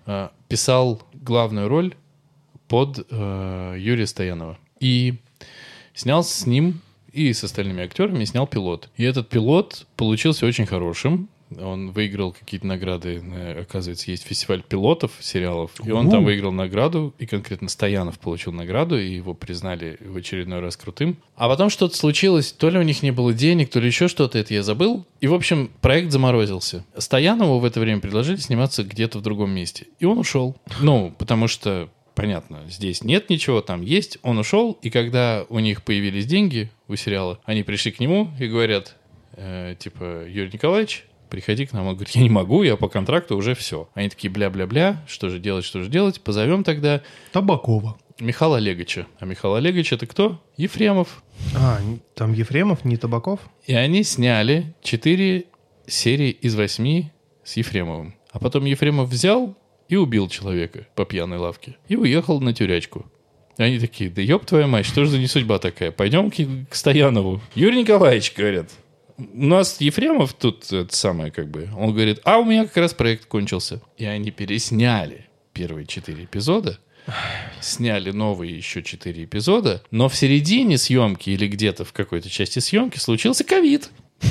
писал главную роль под Юрия Стоянова. И снял с ним и с остальными актерами снял пилот. И этот пилот получился очень хорошим. Он выиграл какие-то награды. Оказывается, есть фестиваль пилотов сериалов. И он там выиграл награду. И конкретно Стоянов получил награду. И его признали в очередной раз крутым. А потом что-то случилось. То ли у них не было денег, то ли еще что-то. Это я забыл. И, в общем, проект заморозился. Стоянову в это время предложили сниматься где-то в другом месте. И он ушел. Ну, потому что... Понятно, здесь нет ничего, там есть. Он ушел, и когда у них появились деньги у сериала, они пришли к нему и говорят, типа, Юрий Николаевич, приходи к нам. Он говорит, я не могу, я по контракту уже все. Они такие, бля-бля-бля, что же делать? Позовем тогда... Табакова. Михаила Олеговича. А Михаил Олегович это кто? Ефремов. А, там Ефремов, не Табаков? И они сняли 4 серии из 8 с Ефремовым. А потом Ефремов взял... и убил человека по пьяной лавке. И уехал на тюрячку. И они такие, да ёб твою мать, что же за не судьба такая? Пойдем к Стоянову. Юрий Николаевич, говорят, у нас Ефремов тут это самое как бы. Он говорит, а у меня как раз проект кончился. И они пересняли первые 4 эпизода, сняли новые еще 4 эпизода, но в середине съемки или где-то в какой-то части съемки случился ковид.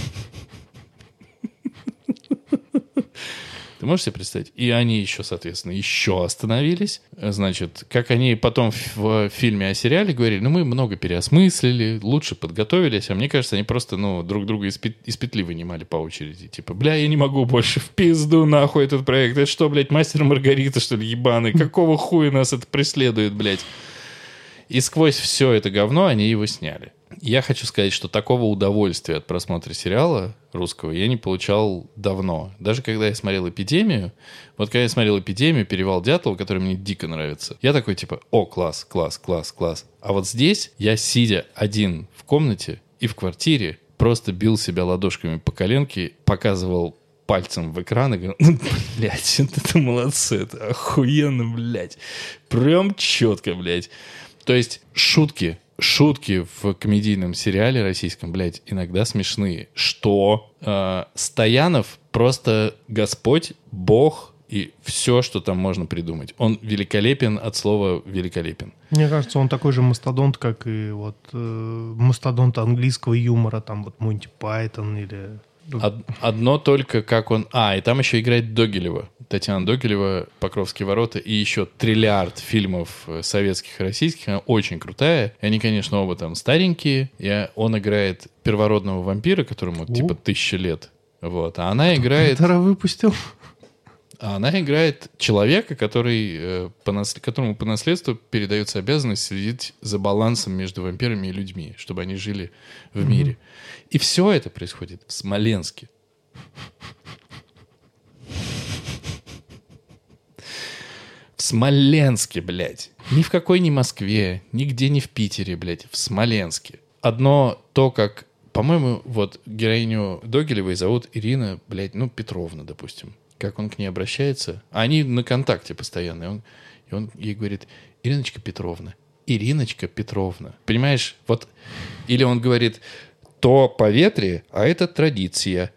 Ты можешь себе представить? И они еще, соответственно, еще остановились. Значит, как они потом в фильме о сериале говорили, ну, мы много переосмыслили, лучше подготовились, а мне кажется, они просто, ну, друг друга из петли вынимали по очереди. Типа, бля, я не могу больше, в пизду нахуй этот проект. Это что, блядь, Мастер и Маргарита, что ли, ебаный? Какого хуя нас это преследует, блядь? И сквозь все это говно они его сняли. Я хочу сказать, что такого удовольствия от просмотра сериала русского я не получал давно. Даже когда я смотрел «Эпидемию», вот когда я смотрел «Эпидемию», «Перевал Дятлова», который мне дико нравится, я такой типа, о, класс, класс, класс, класс. А вот здесь я, сидя один в комнате и в квартире, просто бил себя ладошками по коленке, показывал пальцем в экран и говорил, ну, блядь, это молодцы, это охуенно, блядь. Прям четко, блядь. То есть шутки в комедийном сериале российском, блядь, иногда смешные. Что Стоянов просто Господь, Бог и все, что там можно придумать. Он великолепен от слова великолепен. Мне кажется, он такой же мастодонт, как и вот мастодонт английского юмора, там вот Монти Пайтон или... Одно только, как он... и там еще играет Догилева. Татьяна Догилева, «Покровские ворота», и еще триллиард фильмов советских и российских. Она очень крутая. И они, конечно, оба там старенькие. И он играет первородного вампира, которому типа 1000 лет. Вот. А она играет... Петра выпустил. А она играет человека, который, которому по наследству передается обязанность следить за балансом между вампирами и людьми, чтобы они жили в мире. И все это происходит в Смоленске. В Смоленске, блядь. Ни в какой не Москве, нигде не в Питере, блядь. В Смоленске. Одно то, как... По-моему, вот героиню Догилевой зовут Ирина, блядь, Петровна, допустим. Как он к ней обращается. А они на контакте постоянно. И он ей говорит, Ириночка Петровна. Понимаешь? Вот. Или он говорит, то поветрие, а это традиция.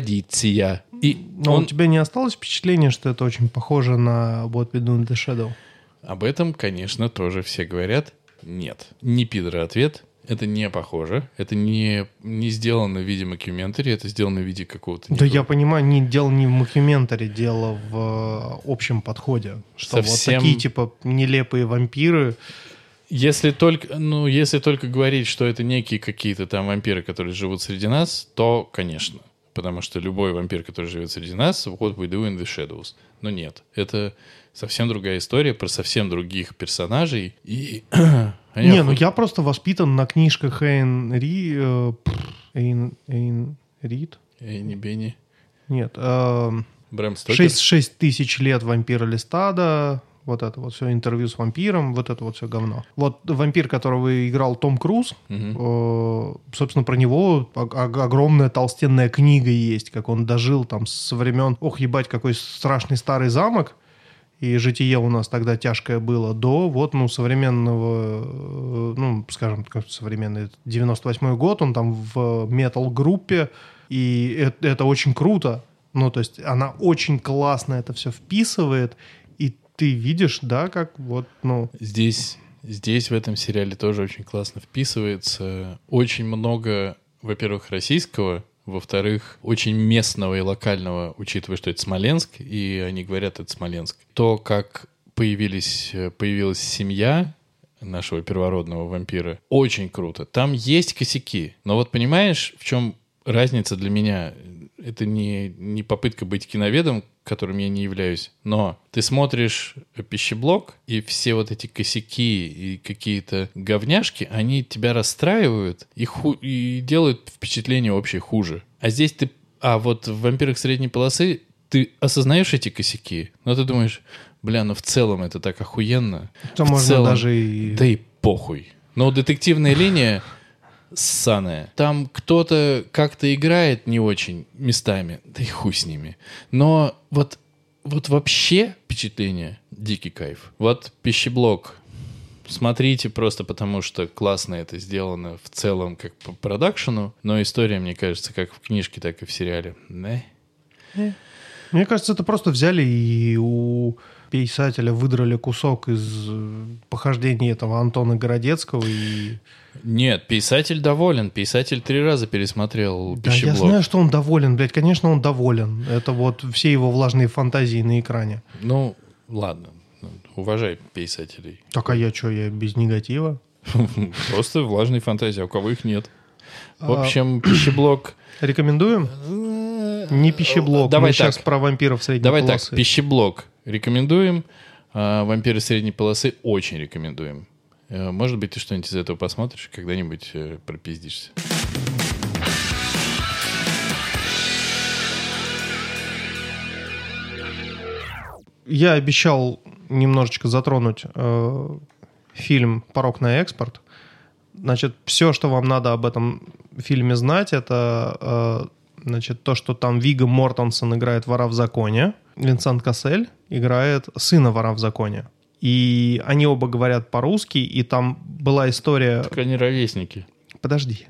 Но у тебя не осталось впечатления, что это очень похоже на What We Do in the Shadow? Об этом, конечно, тоже все говорят. Нет. Не пидора ответ. Это не похоже. Это не сделано в виде мокюментари, это сделано в виде какого-то... Да, я понимаю, дело не в мокюментари, дело в общем подходе. Что совсем... вот такие, типа, нелепые вампиры... Если только говорить, что это некие какие-то там вампиры, которые живут среди нас, то, конечно. Потому что любой вампир, который живет среди нас, what we do in the shadows. Но нет. Это совсем другая история про совсем других персонажей. И... я просто воспитан на книжках Эйн Рид. Эйни Бенни. Нет. Брэм Стокер. 6000 лет вампира Листада. Вот это вот все, интервью с вампиром, вот это вот все говно. Вот вампир, которого играл Том Круз, собственно, про него огромная толстенная книга есть, как он дожил там со времен, ебать, какой страшный старый замок, и житие у нас тогда тяжкое было, до современного, скажем, современный 98-й год, он там в метал-группе, и это очень круто. То есть она очень классно это все вписывает, и ты видишь, да, как вот, ну... Здесь в этом сериале тоже очень классно вписывается. Очень много, во-первых, российского, во-вторых, очень местного и локального, учитывая, что это Смоленск, и они говорят, это Смоленск. То, как появилась семья нашего первородного вампира, очень круто. Там есть косяки. Но вот понимаешь, в чем разница для меня? Это не попытка быть киноведом, которым я не являюсь, но ты смотришь пищеблок, и все вот эти косяки и какие-то говняшки, они тебя расстраивают и делают впечатление общее хуже. А здесь вот в «Вампирах средней полосы» ты осознаешь эти косяки, но ты думаешь, бля, ну в целом это так охуенно. То можно целом, даже и... Да и похуй. Но детективная линия ссаная. Там кто-то как-то играет не очень местами, да и хуй с ними. Но вот вообще впечатление дикий кайф. Вот пищеблок. Смотрите просто потому, что классно это сделано в целом как по продакшену, но история, мне кажется, как в книжке, так и в сериале. Мне кажется, это просто взяли и у писателя выдрали кусок из похождений этого Антона Городецкого и... Нет, писатель доволен. Писатель 3 раза пересмотрел Да, пищеблок. я знаю, что он доволен, блядь, конечно, он доволен. Это вот все его влажные фантазии на экране. Ну, ладно. Уважай писателей. Так, а я что, я без негатива? Просто влажные фантазии, а у кого их нет. В общем, пищеблок... Рекомендуем? Не пищеблок. Давай Мы сейчас так. про вампиров средней Давай полосы. так, пищеблок рекомендуем, а вампиры средней полосы очень рекомендуем. Может быть, ты что-нибудь из этого посмотришь, когда-нибудь пропиздишься. Я обещал немножечко затронуть фильм «Порок на экспорт». Значит, все, что вам надо об этом фильме знать, это значит, то, что там Вигго Мортенсен играет вора в законе, Винсент Кассель играет сына вора в законе. И они оба говорят по-русски, и там была история... Так они ровесники. Подожди.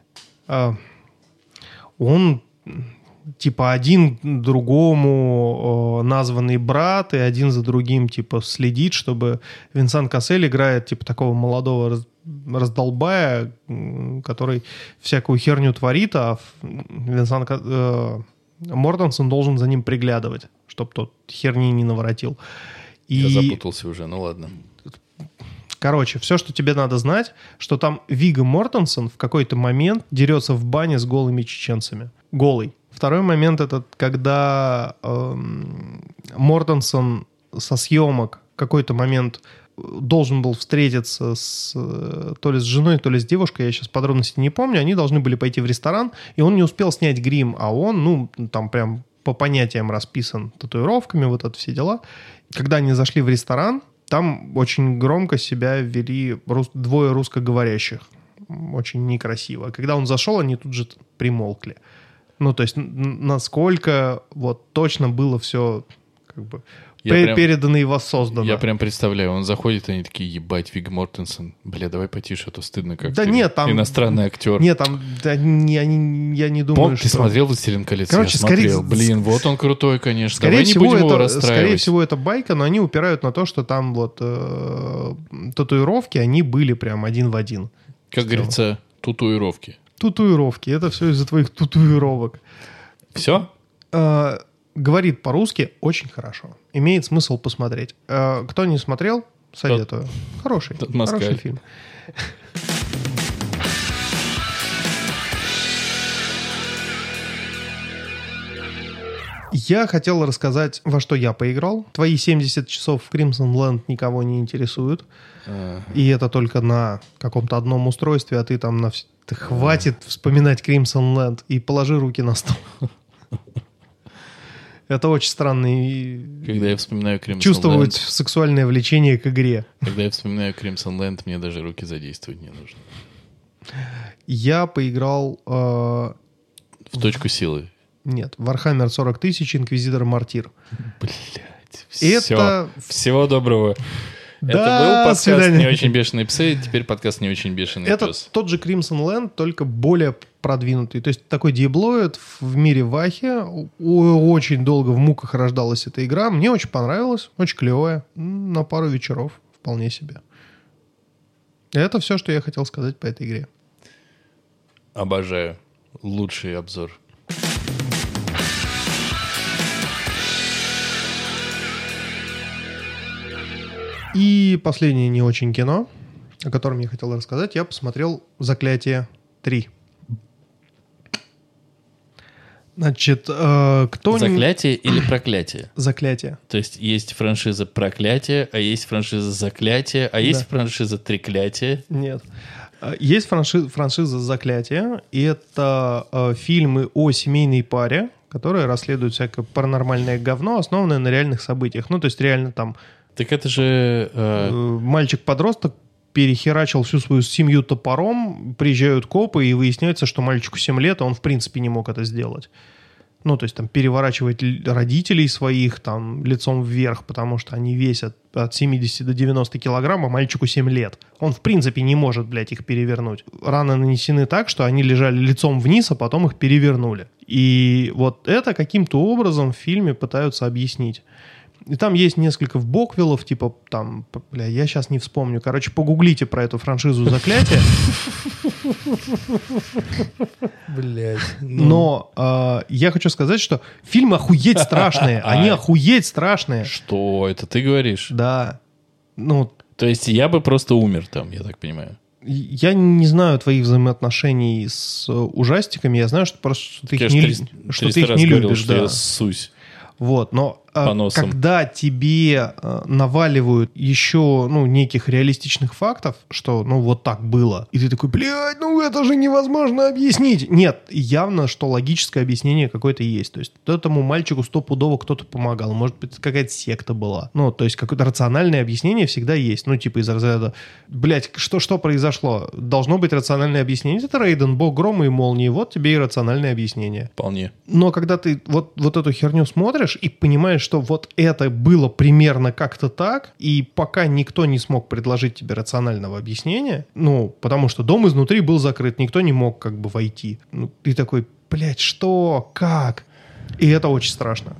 Он типа один другому названный брат, и один за другим типа следит, чтобы Винсент Кассель играет типа такого молодого раздолбая, который всякую херню творит, а Винсент Мортенсен должен за ним приглядывать, чтобы тот херни не наворотил. Я запутался уже, ну ладно. Короче, все, что тебе надо знать, что там Вигго Мортенсен в какой-то момент дерется в бане с голыми чеченцами. Голый. Второй момент — это когда Мортенсен со съемок в какой-то момент должен был встретиться то ли с женой, то ли с девушкой, я сейчас подробностей не помню. Они должны были пойти в ресторан, и он не успел снять грим, а он, там прям по понятиям расписан татуировками, вот это все дела. Когда они зашли в ресторан, там очень громко себя вели двое русскоговорящих. Очень некрасиво. Когда он зашел, они тут же примолкли. Ну, то есть, насколько вот точно было все как бы передано и воссоздано. Я прям представляю, он заходит, они такие, ебать, Вигго Мортенсен. Бля, давай потише, а то стыдно как-то. Да нет, там... Иностранный актер. Нет, там... Да, я не думаю, что... Ты смотрел «Властелин колец»? Короче, я смотрел. Блин, вот он крутой, конечно. Давай не будем его расстраивать. Скорее всего, это байка, но они упирают на то, что там вот татуировки, они были прям один в один. Как говорится, татуировки. Татуировки. Это все из-за твоих татуировок. Все? Говорит по-русски очень хорошо. Имеет смысл посмотреть. Кто не смотрел, советую. Хороший фильм. Я хотел рассказать, во что я поиграл. Твои 70 часов в Crimson Land никого не интересуют. И это только на каком-то одном устройстве, а ты там хватит вспоминать Crimson Land и положи руки на стол. Это очень странно. Когда я вспоминаю Crimson Land... Чувствовать сексуальное влечение к игре. Когда я вспоминаю Crimson Land, мне даже руки задействовать не нужно. Я поиграл... в точку силы. Нет, Warhammer 40 000, Инквизитор Мартир. Блять, всего доброго. Это был подкаст «Не очень бешеные псы», теперь подкаст «Не очень бешеный Это пес». тот же Crimson Land, только более продвинутый. То есть такой диаблоид в мире Вахи. Очень долго в муках рождалась эта игра. Мне очень понравилась, очень клевая. На пару вечеров вполне себе. Это все, что я хотел сказать по этой игре. Обожаю. Лучший обзор. И последнее не очень кино, о котором я хотел рассказать. Я посмотрел «Заклятие 3». Значит, кто... Заклятие или проклятие? Заклятие. То есть есть франшиза проклятие, а есть франшиза заклятие, а есть франшиза треклятие? Нет. Есть франшиза «Заклятие», и это фильмы о семейной паре, которые расследуют всякое паранормальное говно, основанное на реальных событиях. Ну, то есть реально там... Так это же... Мальчик-подросток перехерачил всю свою семью топором, приезжают копы, и выясняется, что мальчику 7 лет, а он в принципе не мог это сделать. Ну, то есть там переворачивать родителей своих там лицом вверх, потому что они весят от 70 до 90 килограмм, а мальчику 7 лет. Он в принципе не может, блядь, их перевернуть. Раны нанесены так, что они лежали лицом вниз, а потом их перевернули. И вот это каким-то образом в фильме пытаются объяснить. И там есть несколько вбоквиллов, типа там, бля, я сейчас не вспомню. Короче, погуглите про эту франшизу «Заклятие». Блядь. Но я хочу сказать, что фильмы охуеть страшные. Они охуеть страшные. Что? Это ты говоришь? Да. Ну, то есть я бы просто умер там, я так понимаю. Я не знаю твоих взаимоотношений с ужастиками. Я знаю, что просто что ты их не любишь. Что я ссусь. Вот, но когда тебе наваливают еще, ну, неких реалистичных фактов, что, ну, вот так было, и ты такой, блядь, ну, это же невозможно объяснить. Нет, явно, что логическое объяснение какое-то есть. То есть этому мальчику стопудово кто-то помогал. Может быть, какая-то секта была. Ну, то есть какое-то рациональное объяснение всегда есть. Ну, типа из разряда, блядь, что произошло? Должно быть рациональное объяснение. Это Рейден, бог грома и молнии. Вот тебе и рациональное объяснение. Вполне. Но когда ты вот эту херню смотришь и понимаешь, что вот это было примерно как-то так, и пока никто не смог предложить тебе рационального объяснения, ну, потому что дом изнутри был закрыт, никто не мог как бы войти. Ну, ты такой, блядь, что? Как? И это очень страшно.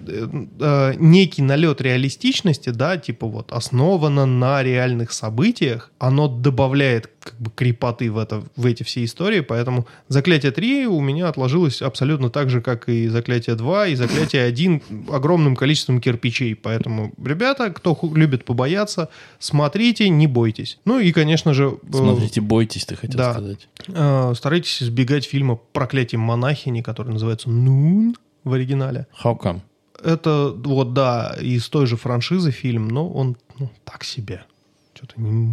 Некий налет реалистичности, да, типа вот основано на реальных событиях, оно добавляет как бы крепоты в эти все истории, поэтому «Заклятие 3» у меня отложилось абсолютно так же, как и «Заклятие 2», и «Заклятие 1» огромным количеством кирпичей, поэтому, ребята, кто любит побояться, смотрите, не бойтесь. Ну и, конечно же... Смотрите, бойтесь, ты хотел сказать. Старайтесь избегать фильма «Проклятие монахини», который называется «Нун» в оригинале. How come? Это, вот, да, из той же франшизы фильм, но он, ну, так себе. Что-то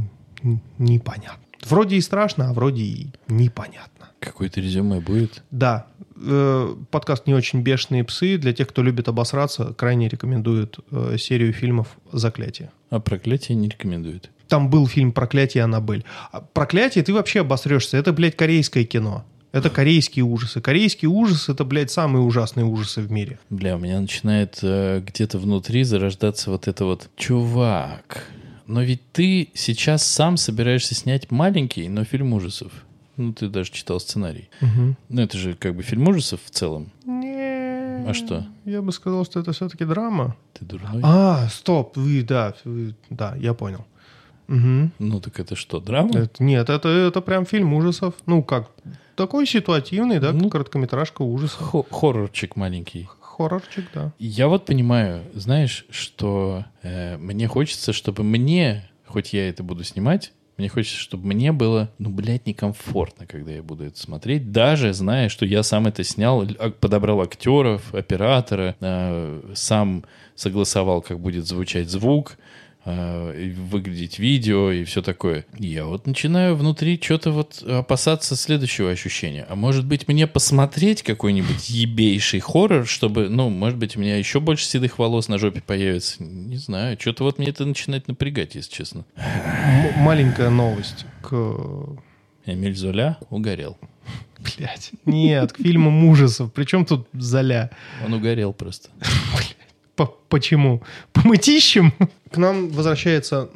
непонятно. Вроде и страшно, а вроде и непонятно. Какое-то резюме будет? Да. Подкаст «Не очень бешеные псы». Для тех, кто любит обосраться, крайне рекомендует серию фильмов «Заклятие». А «Проклятие» не рекомендует. Там был фильм «Проклятие Аннабель». «Проклятие» ты вообще обосрешься. Это, блядь, корейское кино. Это корейские ужасы. Корейские ужасы — это, блядь, самые ужасные ужасы в мире. Бля, у меня начинает где-то внутри зарождаться вот это вот. Чувак, но ведь ты сейчас сам собираешься снять маленький, но фильм ужасов. Ну, ты даже читал сценарий. Угу. Ну, это же как бы фильм ужасов в целом. Не. А что? Я бы сказал, что это все-таки драма. Ты дурной? Стоп. Да, я понял. Угу. Ну, так это что, драма? Нет, это прям фильм ужасов. Ну, как... Такой ситуативный, да, короткометражка ужасов. Хоррорчик маленький. Хоррорчик, да. Я вот понимаю, знаешь, что мне хочется, чтобы мне, хоть я это буду снимать, мне хочется, чтобы мне было, ну, блядь, некомфортно, когда я буду это смотреть, даже зная, что я сам это снял, подобрал актеров, оператора, сам согласовал, как будет звучать звук, выглядеть видео и все такое. Я вот начинаю внутри что-то вот опасаться следующего ощущения. А может быть, мне посмотреть какой-нибудь ебейший хоррор, чтобы, ну, может быть, у меня еще больше седых волос на жопе появится. Не знаю. Что-то вот мне это начинает напрягать, если честно. Маленькая новость Эмиль Золя угорел. Блять. Нет, к фильмам ужасов. Причем тут Золя? Он угорел просто. Почему? По мытищам? К нам возвращается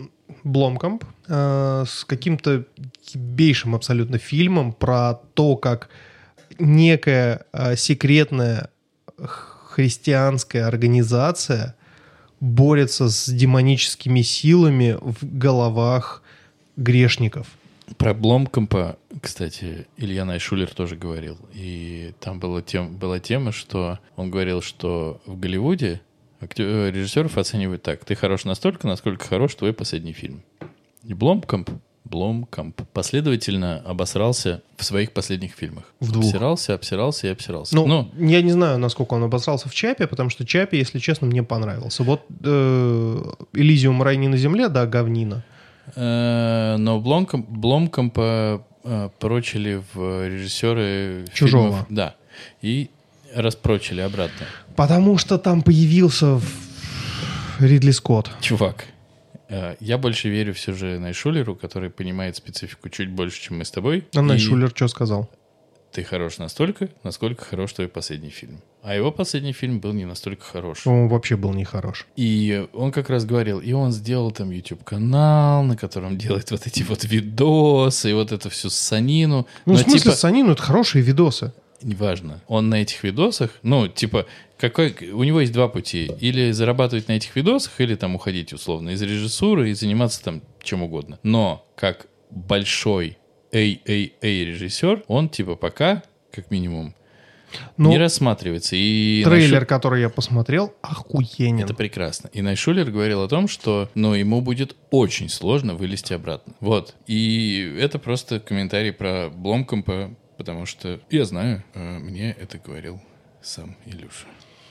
Бломкамп с каким-то ебейшим абсолютно фильмом про то, как некая секретная христианская организация борется с демоническими силами в головах грешников. Про Бломкампа, кстати, Илья Найшулер тоже говорил. И там была тема, что он говорил, что в Голливуде режиссеров оценивают так: ты хорош настолько, насколько хорош твой последний фильм. И Бломкамп последовательно обосрался в своих последних фильмах. В двух. Обсирался и обсирался. Ну, я не знаю, насколько он обосрался в Чапе, потому что Чапе, если честно, мне понравился. Вот «Элизиум. Рай не на земле», да, говнина. Но Бломкампа прочили в режиссеры «Чужого». фильмов. Да. И распрочили обратно. Потому что там появился Ридли Скотт. Чувак, я больше верю все же Найшулеру, который понимает специфику чуть больше, чем мы с тобой. А Найшулер что сказал? Ты хорош настолько, насколько хорош твой последний фильм. А его последний фильм был не настолько хорош. Он вообще был не хорош. И он как раз говорил, и он сделал там YouTube-канал, на котором делает вот эти вот видосы, и вот это всю ссанину. Ну, в смысле, ссанину — это хорошие видосы. Неважно. Он на этих видосах, у него есть два пути. Или зарабатывать на этих видосах, или там уходить условно из режиссуры и заниматься там чем угодно. Но как большой режиссер, он пока, как минимум, не рассматривается. И трейлер, который я посмотрел, охуенен. Это прекрасно. И Найшулер говорил о том, что ему будет очень сложно вылезти обратно. Вот. И это просто комментарий про Бломкампа, потому что я знаю, мне это говорил сам Илюша.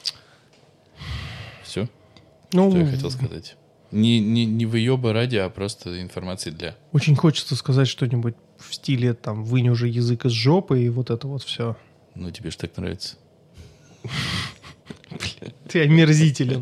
Все, что я хотел сказать. Не выеба ради, а просто информации для. Очень хочется сказать что-нибудь в стиле там «вынь уже язык из жопы» и вот это вот все. Ну, тебе же так нравится. Ты омерзителен.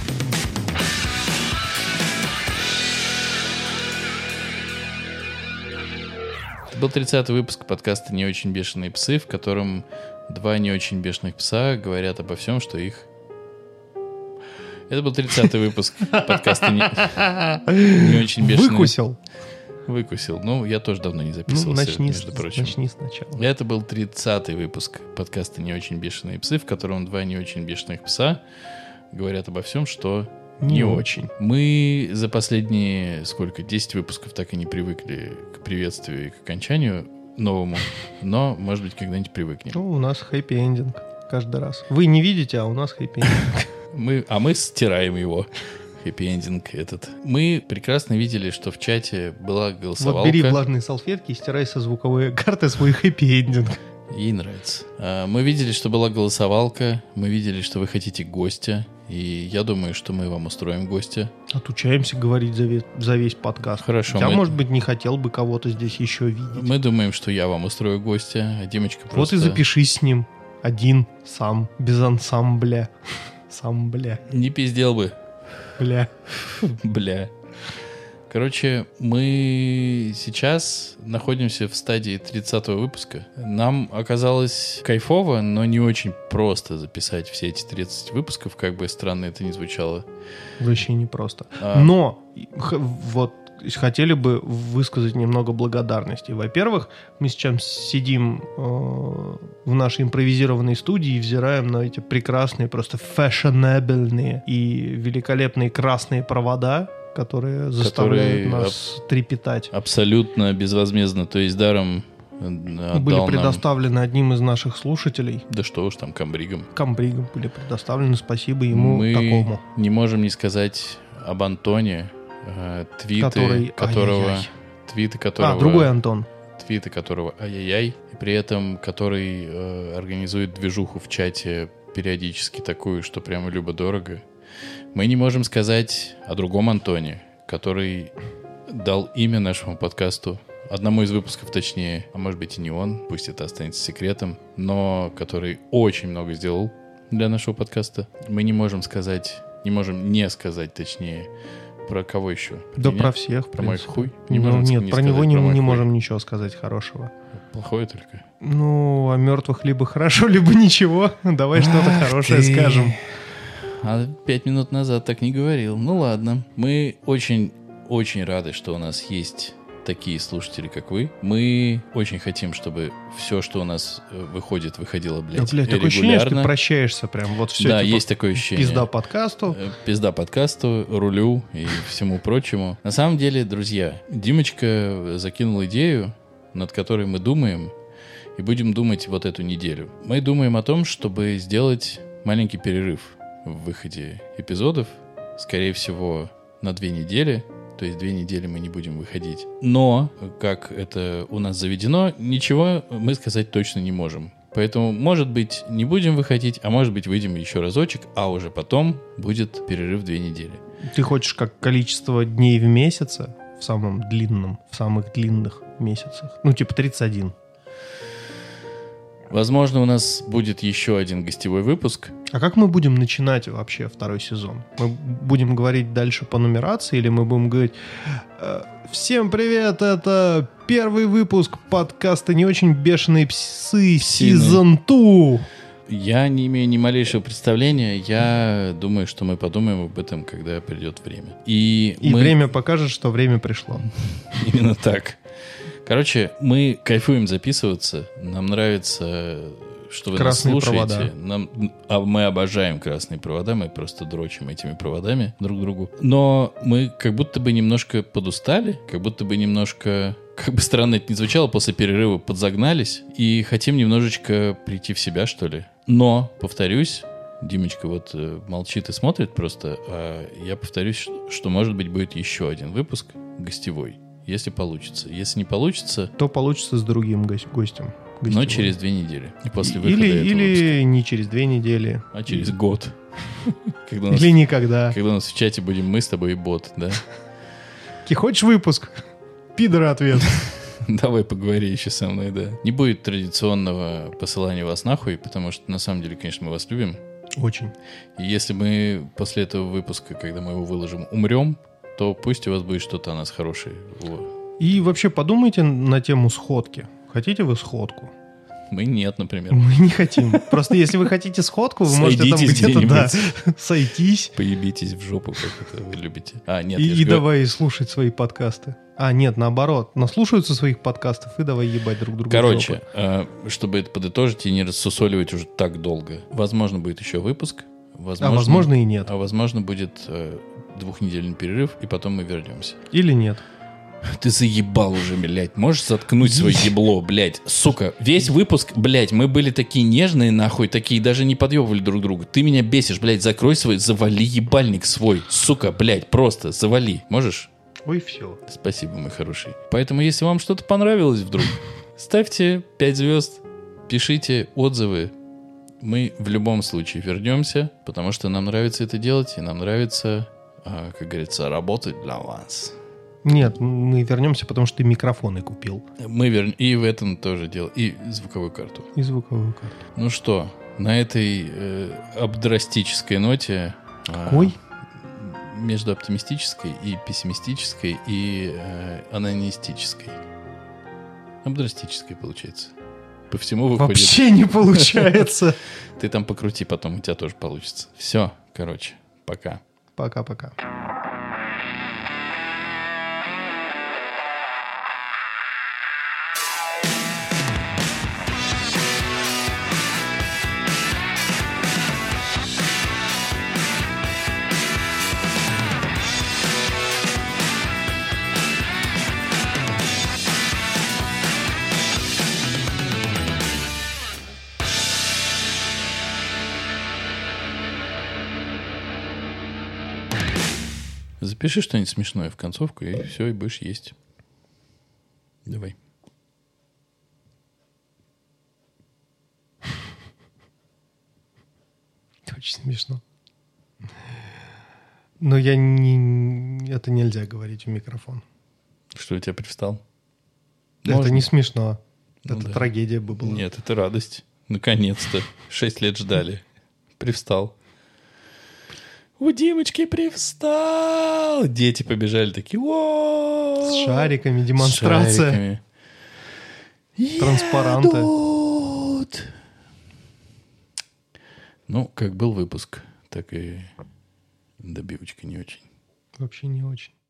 Это был 30-й выпуск подкаста «Не очень бешеные псы», в котором два не очень бешеных пса говорят обо всем, что их... Это был 30-й выпуск подкаста «Не очень бешеные». Выкусил. Ну, я тоже давно не записывался, между прочим. Начни сначала. Это был 30-й выпуск подкаста «Не очень бешеные псы», в котором два не очень бешеных пса говорят обо всем, что не очень. Мы за последние, 10 выпусков так и не привыкли к приветствию и к окончанию новому, но, может быть, когда-нибудь привыкнем. Ну, у нас хэппи-эндинг каждый раз. Вы не видите, а у нас хэппи-эндинг. Мы стираем его. Хэппи-эндинг этот. Мы прекрасно видели, что в чате была голосовалка. Вот бери влажные салфетки и стирай со звуковой карты свой хэппи-эндинг. Ей нравится. Мы видели, что была голосовалка. Мы видели, что вы хотите гостя. И я думаю, что мы вам устроим гостя. Отучаемся говорить за весь подкаст. Хорошо. Я, может быть, не хотел бы кого-то здесь еще видеть. Мы думаем, что я вам устрою гостя, а Димочка просто... Вот и запишись с ним. Один, сам, без ансамбля. Сам, бля. Не пиздел бы. Бля. Короче, мы сейчас находимся в стадии 30-го выпуска. Нам оказалось кайфово, но не очень просто записать все эти 30 выпусков, как бы странно это ни звучало. Вообще не просто. Но вот хотели бы высказать немного благодарности. Во-первых, мы сейчас сидим в нашей импровизированной студии и взираем на эти прекрасные, просто фэшенебельные и великолепные красные провода, которые заставляют нас трепетать. Абсолютно безвозмездно, то есть даром были предоставлены одним из наших слушателей. Да что уж там, Камбригом. Камбригом были предоставлены, спасибо ему такому. Мы не можем не сказать об Антоне, твиты которого... другой Антон. Твиты которого ай-яй-яй, и при этом который организует движуху в чате периодически такую, что прямо любо-дорого. Мы не можем сказать о другом Антоне, который дал имя нашему подкасту, одному из выпусков точнее, а может быть и не он, пусть это останется секретом, но который очень много сделал для нашего подкаста. Мы не можем не сказать точнее, про кого еще? Про всех, про мой хуй? Нет, про него не можем ничего сказать хорошего. Плохое только? О мертвых либо хорошо, либо ничего. Давай что-то хорошее скажем. А 5 минут назад так не говорил. Ну ладно. Мы очень очень рады, что у нас есть такие слушатели, как вы. Мы очень хотим, чтобы все, что у нас выходило, блядь, такое ощущение, что ты прощаешься прям. Вот все, да, есть такое ощущение. Пизда подкасту. Пизда подкасту, рулю и всему прочему. На самом деле, друзья, Димочка закинул идею, над которой мы думаем, и будем думать вот эту неделю. Мы думаем о том, чтобы сделать маленький перерыв в выходе эпизодов. Скорее всего, на 2 недели. То есть 2 недели мы не будем выходить. Но, как это у нас заведено, ничего мы сказать точно не можем. Поэтому, может быть, не будем выходить, а может быть, выйдем еще разочек, а уже потом будет перерыв 2 недели. Ты хочешь как количество дней в месяце в самом длинном, в самых длинных месяцах? Ну, типа 31. Возможно, у нас будет еще один гостевой выпуск. А как мы будем начинать вообще 2 сезон? Мы будем говорить дальше по нумерации или мы будем говорить: всем привет, это 1 выпуск подкаста «Не очень бешеные псы» сезон 2. Я не имею ни малейшего представления. Я думаю, что мы подумаем об этом, когда придет время. И время покажет, что время пришло. Именно так. Короче, мы кайфуем записываться. Нам нравится, что вы красные нас слушаете. Провода. Мы обожаем красные провода. Мы просто дрочим этими проводами друг другу. Но мы как будто бы немножко подустали. Как будто бы немножко... Как бы странно это ни звучало, после перерыва подзагнались. И хотим немножечко прийти в себя, что ли. Но, повторюсь, Димочка вот молчит и смотрит просто. А я повторюсь, что, может быть, будет еще один выпуск гостевой. Если получится. Если не получится... То получится с другим гостем. Но через 2 недели. И после выхода или не через 2 недели. А через год. Или никогда. Когда у нас в чате будем мы с тобой и бот, да? Хочешь выпуск? Пидор ответ. Давай поговори еще со мной, да. Не будет традиционного посылания вас нахуй, потому что на самом деле, конечно, мы вас любим. Очень. И если мы после этого выпуска, когда мы его выложим, умрем, то пусть у вас будет что-то о нас хорошее. И вообще подумайте на тему сходки. Хотите вы сходку? Мы нет, например. Мы не хотим. Просто если вы хотите сходку, вы можете там где-то сойтись. Поебитесь в жопу, как это вы любите. Нет, и давай слушать свои подкасты. Нет, наоборот. Наслушаются своих подкастов и давай ебать друг друга. Короче, чтобы это подытожить и не рассусоливать уже так долго. Возможно, будет еще выпуск. Возможно и нет. А возможно, будет 2-недельный перерыв, и потом мы вернемся. Или нет. Ты заебал уже, блядь. Можешь заткнуть свое ебло, блядь. Сука, весь выпуск, блядь, мы были такие нежные, нахуй, такие даже не подъебывали друг друга. Ты меня бесишь, блядь, закрой свой, завали ебальник свой. Сука, блядь, просто завали. Можешь? Ой, все. Спасибо, мой хороший. Поэтому, если вам что-то понравилось вдруг, ставьте 5 звезд, пишите отзывы. Мы в любом случае вернемся, потому что нам нравится это делать, и нам нравится, как говорится, работать для вас. Нет, мы вернемся, потому что ты микрофоны купил. И в этом тоже дело. И звуковую карту. И звуковую карту. Ну что, на этой абдрастической ноте... Какой? Между оптимистической и пессимистической и анонистической. Абдрастической, получается. По всему выходит... Вообще не получается. Ты там покрути потом, у тебя тоже получится. Все, короче, пока. Пока-пока. Запиши что-нибудь смешное в концовку, и все, и будешь есть. Давай. Очень смешно. Но я не... Это нельзя говорить в микрофон. Что у тебя привстал? Это Можно? не смешно. Ну это да. трагедия бы была. Нет, это радость. Наконец-то. 6 лет ждали. Привстал. У Димочки привстал! Дети побежали такие. С шариками, демонстрация. Транспаранты. Едут. Ну, как был выпуск, так и добивочка не очень. Вообще не очень.